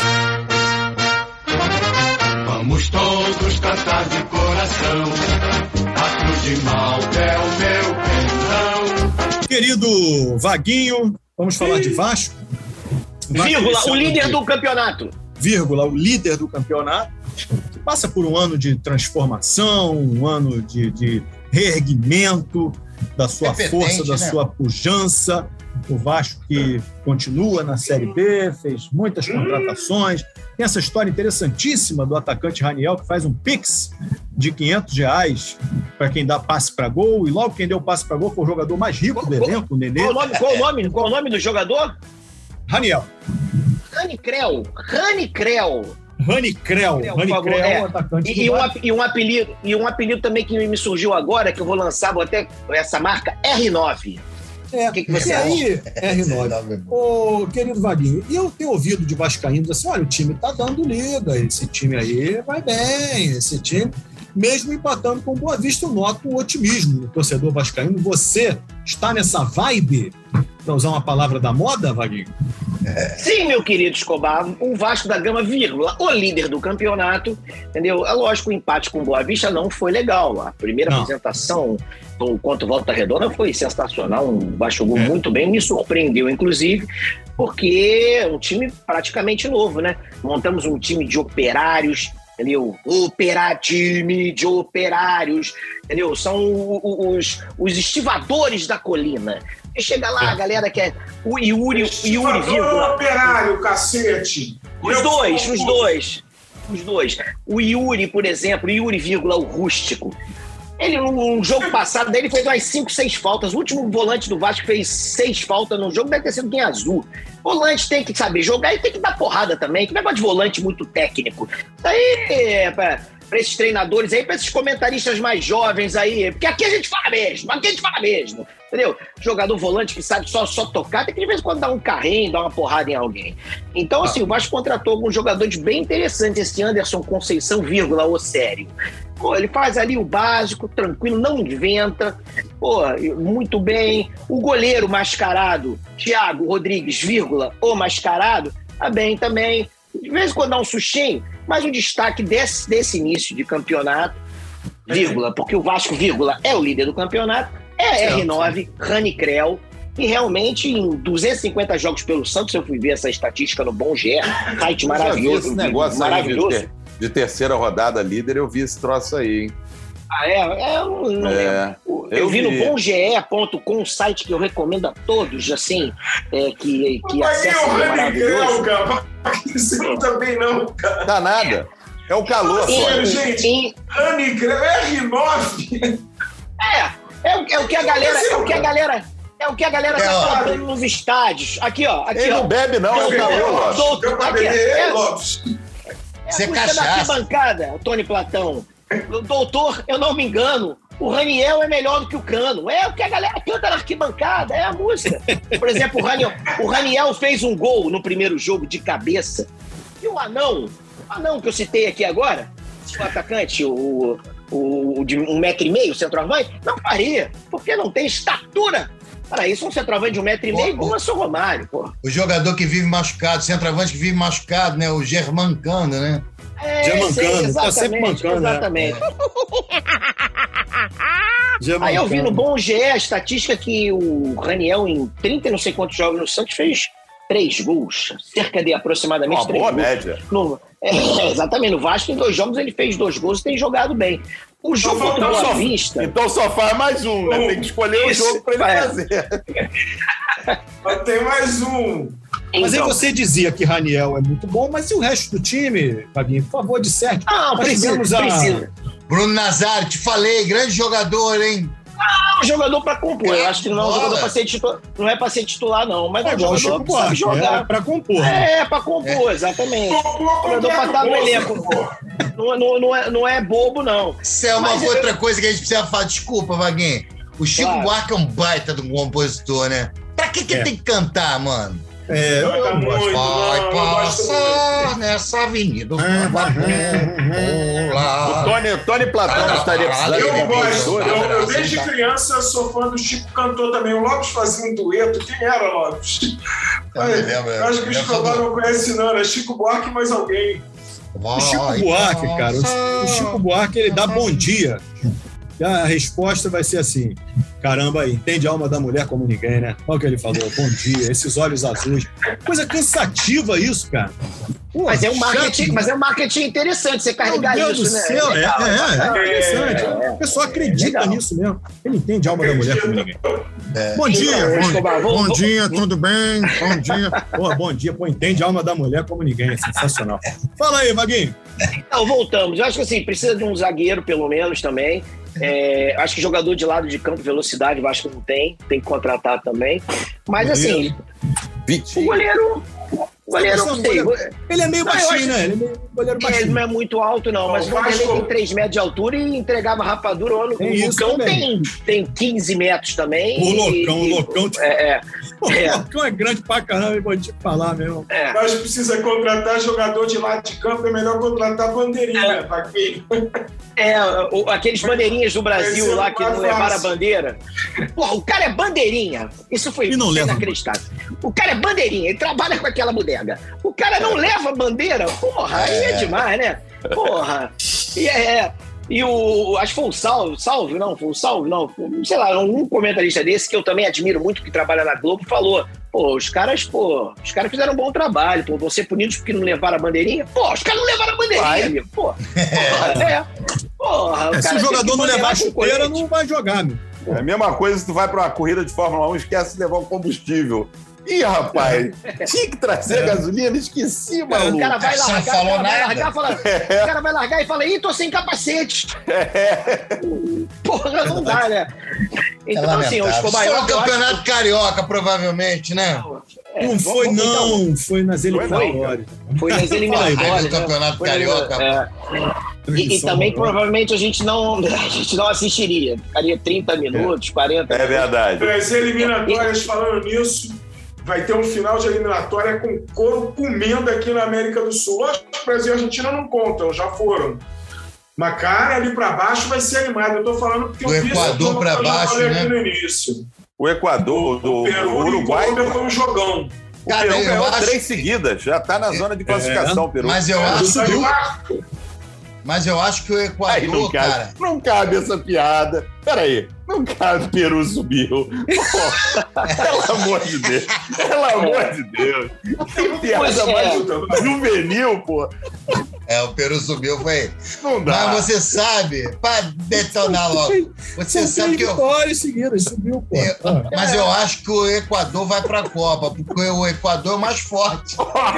Vamos todos cantar de coração, a cruz de Malta é o meu perdão. Querido Vaguinho, vamos falar de Vasco? Vírgula, o líder do campeonato. Vírgula, o líder do campeonato. Que passa por um ano de transformação, um ano de, de reerguimento da sua força, da né? sua pujança. O Vasco que continua na Série B, fez muitas contratações. Tem essa história interessantíssima do atacante Raniel, que faz um pix de quinhentos reais para quem dá passe para gol. E logo quem deu passe para gol foi o jogador mais rico do elenco, o Nenê. Qual o nome, qual o nome, qual o nome do jogador? Raniel. Rani Creu. Rani Creu. Rani Creu. Rani Creu, é. atacante e, do um, e, um apelido, e um apelido também que me surgiu agora, que eu vou lançar, vou até essa marca, R nove. É, o que, que você e aí, R nove? Ô, querido Vaguinho, e eu tenho ouvido de vascaínos assim, olha, o time tá dando liga, esse time aí vai bem, esse time, mesmo empatando com o Boa Vista, eu noto um otimismo no torcedor vascaíno. Você está nessa vibe, para usar uma palavra da moda, Vaguinho? É. Sim, meu querido Escobar, o Vasco da Gama, vírgula, o líder do campeonato, entendeu? É lógico, o empate com o Boa Vista não foi legal. A primeira não. apresentação contra o Volta Redonda foi sensacional, o Vasco jogou é. muito bem, me surpreendeu, inclusive, porque é um time praticamente novo, né? Montamos um time de operários, entendeu? Operar time de operários, entendeu? São os, os estivadores da colina. E chega lá, a galera que é o Yuri, Yuri, vírgula. Operário, cacete. Os Eu dois, os dois. Os dois. O Yuri, por exemplo, o Yuri, vírgula, o rústico. Ele, no jogo passado, dele fez umas cinco, seis faltas. O último volante do Vasco fez seis faltas no jogo, deve ter sido quem azul. Volante tem que saber jogar e tem que dar porrada também. Que negócio de volante muito técnico. Isso aí é pra, pra esses treinadores aí, pra esses comentaristas mais jovens aí. Porque aqui a gente fala mesmo, aqui a gente fala mesmo. Entendeu? Jogador volante que sabe só, só tocar, tem que de vez em quando dar um carrinho, dar uma porrada em alguém. Então, assim, o Vasco contratou alguns jogadores bem interessantes. Esse Anderson Conceição, vírgula, o sério. Pô, ele faz ali o básico, tranquilo, não inventa. Pô, muito bem. O goleiro mascarado, Thiago Rodrigues, vírgula, o mascarado, tá bem também. De vez em quando dá um sustinho, mas o destaque desse, desse início de campeonato, vírgula, porque o Vasco, vírgula, é o líder do campeonato, é R nove, Rani Creu, e realmente em duzentos e cinquenta jogos pelo Santos, eu fui ver essa estatística no Bom G R, site maravilhoso. Esse negócio maravilhoso. Aí de, ter, de terceira rodada líder, eu vi esse troço aí, hein? Ah, é? é eu não, não é, lembro. Eu, eu vi, vi no bom g e ponto com, um site que eu recomendo a todos, assim, é, que, que acessam. Mas é o Rani Creu, cara. Isso não também não, cara. Dá nada. É o calor, só. Gente, Rani Creu, R nove. É. É o, é o que a galera, é o que a galera, é o que a galera é, tá falando nos estádios. Aqui, ó. Aqui, Ele ó. não bebe, não, é o calor, Lopes. Aqui, é, é, Lopes. É a música da arquibancada, Tony Platão. Doutor, eu não me engano, o Raniel é melhor do que o Cano. É o que a galera canta na arquibancada, é a música. Por exemplo, o Raniel, o Raniel fez um gol no primeiro jogo de cabeça. E o Anão, o Anão que eu citei aqui agora, o atacante, o... O, de um metro e meio, centroavante, não faria, porque não tem estatura. Para isso, um centroavante de um metro e meio, como é o seu Romário, pô. O jogador que vive machucado, centroavante que vive machucado, né? O Germancano, né? É, Germancano, tá sempre mancando. Exatamente. Né? Aí eu vi no Bom G E a estatística que o Raniel, em trinta e não sei quantos jogos no Santos, fez três gols, cerca de aproximadamente Uma três boa gols. média. No, é, exatamente, no Vasco em dois jogos ele fez dois gols e tem jogado bem. O jogo contra o Boa Vista... Então só faz mais um, né? Tem que escolher Isso, o jogo para ele é. fazer. Tem mais um. Mas então, aí você dizia que Raniel é muito bom, mas e o resto do time, Fabinho? Por favor, disserte. Ah, precisa, a... precisa. Bruno Nazário, te falei, grande jogador, hein? Ah, um jogador pra compor. Eu acho que não é um jogador pra ser titular. Não é pra ser titular, não. Mas é, é um jogador que sabe jogar. É pra compor. É, é pra compor, é. exatamente. Um jogador pra estar no elenco. Não, não, não, é, não é bobo, não. Isso é uma mas outra é... coisa que a gente precisa falar. Desculpa, Vaguinho. O Chico claro. Buarque é um baita de um compositor, né? Pra que, que é. tem que cantar, mano? É, eu, Tá eu muito, gosto. Vai não, eu gosto passar muito. nessa avenida. O Tony, Tony Platão não estaria precisando de Eu uma gosto. produtora? Eu, eu, desde criança, sou fã do Chico Cantor também. O Lopes fazia um dueto. Quem era Lopes? Eu me lembro, Eu acho que o eu Escobar lembro. não conhece, não. É Chico Buarque e mais alguém. O Chico Buarque, cara, o, o Chico Buarque, ele dá bom dia. E a resposta vai ser assim: caramba, entende a alma da mulher como ninguém, né? Olha o que ele falou, bom dia, esses olhos azuis. Coisa cansativa isso, cara. Pô, Mas é um marketing, chato, mas é um marketing interessante você carregar Meu Deus isso, do né? céu, é, legal, é, é, é interessante. É, O pessoal acredita legal. nisso mesmo. Ele entende a alma da mulher como ninguém. É. Bom dia, Então, bom, Escobar, vou- bom vou- dia, tudo bem? Bom dia. Pô, bom dia, pô, entende a alma da mulher como ninguém, é sensacional. Fala aí, Vaguinho. Então, voltamos. Eu acho que assim, precisa de um zagueiro, pelo menos, também. É, acho que jogador de lado de campo, velocidade, o Vasco não tem. Tem que contratar também. Mas assim, o goleiro... O goleiro, não sei. Ele é meio Não, eu baixinho, acho- né? Ele é meio goleiro É, ele baixinho. não é muito alto, não, mas O o Vanderlei Vasco- tem três metros de altura e entregava rapadura. O, Tem o isso Lucão também. tem, tem quinze metros também. O e- Loucão, o e- Loucão. É, é, O é. Loucão é grande pra caramba, eu vou te falar mesmo. é. Mas precisa contratar jogador de lado de campo, é melhor contratar bandeirinha, Vaguinho. É, o- aqueles bandeirinhas do Brasil Vai ser lá que mais não levaram a fácil. bandeira. Porra, o cara é bandeirinha. Isso foi E não leva. inacreditável. O cara é bandeirinha, ele trabalha com aquela bodega. O cara não leva bandeira? Porra, aí é demais, né? Porra. E é. E o. Acho que foi o Salve, Salve, não, foi o Salve, não. Sei lá, um comentarista desse que eu também admiro muito, que trabalha na Globo, falou: pô, os caras, pô, os caras fizeram um bom trabalho, pô, vão ser punidos porque não levaram a bandeirinha? Pô, os caras não levaram a bandeirinha, Vai. amigo. Pô, porra, é. Porra, É, se cara o tem jogador que não levar a bandeirar com chuteira, colete. não vai jogar, meu. É a mesma coisa se tu vai pra uma corrida de Fórmula um e esquece de levar um combustível. Ih, rapaz, tinha que trazer gasolina, esqueci, O maluco. cara vai Você não largar, falou o cara vai nada. largar, fala, o cara vai largar e fala, ih, tô sem capacete. Porra, não dá, né? Então, assim, o Escobar, eu Só o acho Campeonato Carioca, provavelmente, né? que- é, Não foi, vamos- então, não. Foi nas eliminatórias. Foi nas eliminatórias. Aí do né? Campeonato Foi- Carioca. é. E, e Transmissão também, horrorosa. provavelmente, a gente não, a gente não assistiria. Ficaria trinta minutos, quarenta É verdade. As eliminatórias, falando nisso, vai ter um final de eliminatória com couro comendo aqui na América do Sul. Lógico que o Brasil e a Argentina não contam, já foram. Mas, cara, ali pra baixo vai ser animado. Eu tô falando porque Do eu vi Equador essa pra turma que eu já baixo, falei né? aqui no início. O Equador, do, Peru o Uruguai, e Colômbia foi um jogão. o Cara, Peru eu ganhou acho- três seguidas, já tá na zona de classificação, o Peru. Mas eu acho, Tá de barco. mas eu acho que o Aí Equador, não cabe, cara. não cabe essa piada. Peraí, não cabe Peru subiu. Pô, pelo amor de Deus. Pelo amor de Deus. Que piada Pois é. mais juvenil, pô. É, o Peru subiu, foi. Não dá. Mas você sabe, pra detonar logo, você São sabe três que eu. vitórias seguidas, subiu, pô. eu- Ah. Mas eu acho que o Equador vai pra Copa, porque o Equador é o mais forte.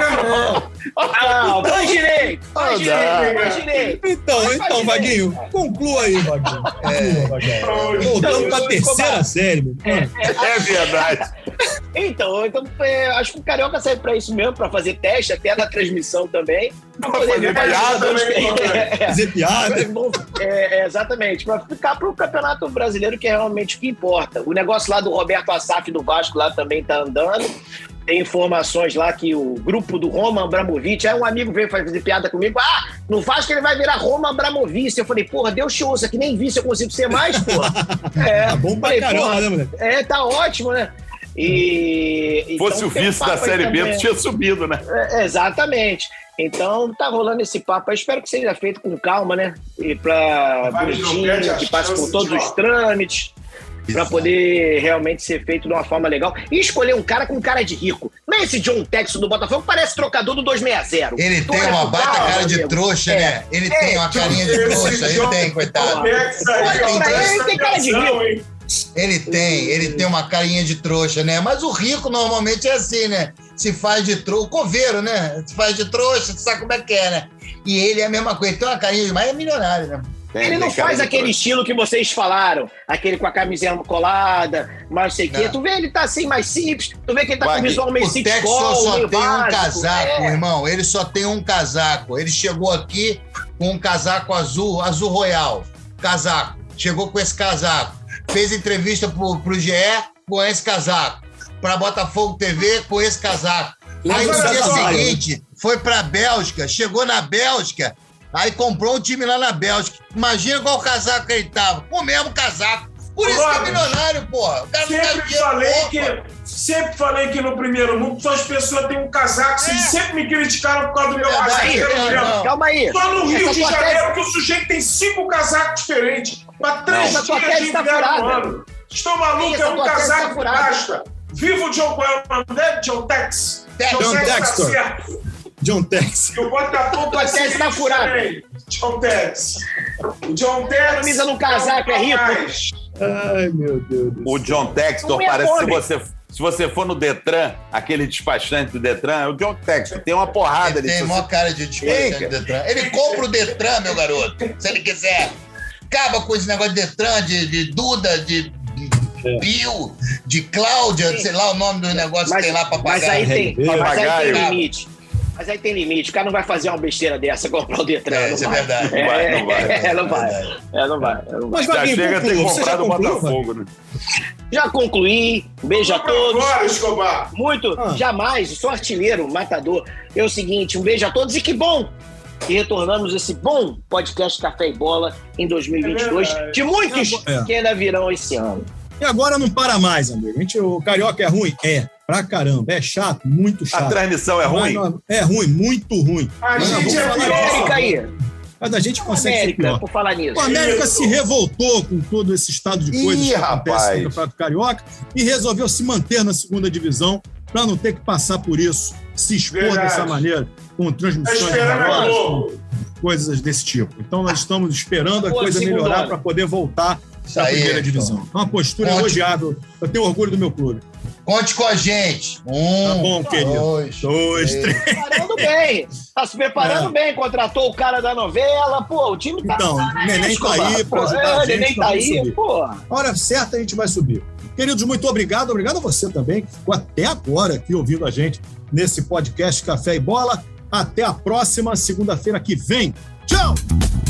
Ah, faz direito, faz Não dá. direito, faz direito. Então, Mas então, faz Vaguinho, conclua aí, Vaguinho. Conclua, Vaguinho. Voltando pra terceira série, meu. É verdade. Então, então é, acho que o Carioca serve pra isso mesmo, pra fazer teste, até na transmissão também. Pra Pra fazer piada também. É, Fazer piada. é, é, exatamente, pra ficar pro Campeonato Brasileiro, que é realmente o que importa. O negócio lá do Roberto Assaf do Vasco lá também tá andando. Tem informações lá que o grupo do Roman Abramovich, aí um amigo veio fazer piada comigo, ah, no Vasco ele vai virar Roman Abramovich. Eu falei, porra, Deus te ouça, que nem vice eu consigo ser mais, porra. É, Tá bom pra falei, caramba, porra, né, moleque? É, tá ótimo, né? E, Se fosse então, o tem um vice da papo aí Série B, também. tu tinha subido, né? É, exatamente. Então tá rolando esse papo. Eu espero que seja feito com calma, né? E pra Mas não bonitinho, perde a que passe por chance todos de, os ó. trâmites, pra Exato. poder realmente ser feito de uma forma legal. E escolher um cara com cara de rico. Não é esse John Texon do Botafogo, parece trocador do dois seis zero. Ele Tu tem é uma do baita carro, cara de amigo. trouxa, É. né? Ele tem uma carinha de Esse trouxa, ele John- tem, coitado. Alex aí, ó, Tem presta tem cara de atenção, rico. hein? Ele tem, ele tem uma carinha de trouxa, né? Mas o rico normalmente é assim, né? Se faz de trouxa, o coveiro, né? Se faz de trouxa, tu sabe como é que é, né? E ele é a mesma coisa, ele tem uma carinha de, mas é milionário, né? Tem- Ele não tem cara faz de aquele trouxa. estilo que vocês falaram, aquele com a camiseta colada, mas sei o quê. Não. Tu vê, ele tá assim mais simples, tu vê que ele tá com o Wagner, visual meio O city Texas call, só meio tem um básico. casaco, É. irmão. Ele só tem um casaco. Ele chegou aqui com um casaco azul, azul royal. Casaco. Chegou com esse casaco. Fez entrevista pro, pro G E com esse casaco. pra Botafogo T V com esse casaco. Aí no dia seguinte, foi pra Bélgica, chegou na Bélgica, aí comprou um time lá na Bélgica. Imagina qual casaco que ele tava. Com o mesmo casaco. Por isso que é milionário, porra. O cara não tá Sempre falei que, sempre falei que no primeiro mundo só as pessoas têm um casaco. Vocês É. sempre me criticaram por causa do meu Verdade, casaco. é, Eu lembro. não. Calma aí. Só no Rio Essa de tua Janeiro tese- que o sujeito tem cinco casacos diferentes. Pra três Essa tua dias tese de tá inverno no furada. ano. Estão malucos, Essa é um tua tese tá casaco que furada. basta. Viva o John, qual é o nome dele? John Tex. Tex. John Tex tá Textor. certo. John Tex. E o Botafogo Tua tese ser tá isso furada. também. John Tex. O John Tex. Camisa no casaco é rico. mais. Ai, meu Deus do O céu. John Textor Não me parece que se fome. você, se você for no Detran, aquele despachante do Detran, é o John Textor. Tem uma porrada Ele ali. tem Se maior você- cara de despachante Tem, do Detran. Ele compra o Detran, meu garoto, se ele quiser. Acaba com esse negócio de Detran, de, de Duda, de, de Bill, de Cláudia, sei lá o nome do negócio que Mas, tem lá pra mas pagar. aí tem, mas aí Papagaio. tem limite. Mas aí tem limite. O cara não vai fazer uma besteira dessa, comprar o Detran. É, não isso é vai. verdade. Não vai, não vai. É, não vai. Verdade. É, não vai. É, não vai. Mas, Já Vaguinho, chega a ter conclua. Você já comprado o concluiu, Botafogo, né? Já concluí. Um beijo a todos. Agora, Escobar. Muito. Ah. Jamais. Sou artilheiro, matador. É o seguinte, um beijo a todos e que bom que retornamos esse bom podcast Café e Bola em dois mil e vinte e dois. É verdade. De muitos É. que ainda virão esse ano. E agora não para mais, amigo. A gente, o Carioca é ruim? É. Pra caramba. É chato, muito A chato. transmissão é ruim? Mas, é ruim, muito ruim. A Mas nós gente vamos é falar pior. disso. América aí. Mas a gente O consegue ser América, pior. por falar nisso. O América se revoltou com todo esse estado de coisas Ih, que acontece rapaz. no Campeonato Carioca e resolveu se manter na segunda divisão para não ter que passar por isso, se expor Verdade. dessa maneira, com Tá transmissões esperando a horrorosas, Globo. com coisas desse tipo. Então nós estamos esperando a Boa, coisa segunda melhorar hora. para poder voltar Isso para a aí, primeira Edson. divisão. É uma postura Ótimo. elogiável. Eu tenho orgulho do meu clube. Conte com a gente. Um, Tá bom, querido. dois, Dois, três. Preparando bem. Tá se preparando É. bem. Contratou o cara da novela. Pô, o time tá... Então, o Neném tá aí pra Pô, ajudar é, a o gente, Neném nós tá vamos aí, subir. pô. A hora certa a gente vai subir. Queridos, muito obrigado. Obrigado a você também, que ficou até agora aqui ouvindo a gente nesse podcast Café e Bola. Até a próxima segunda-feira que vem. Tchau!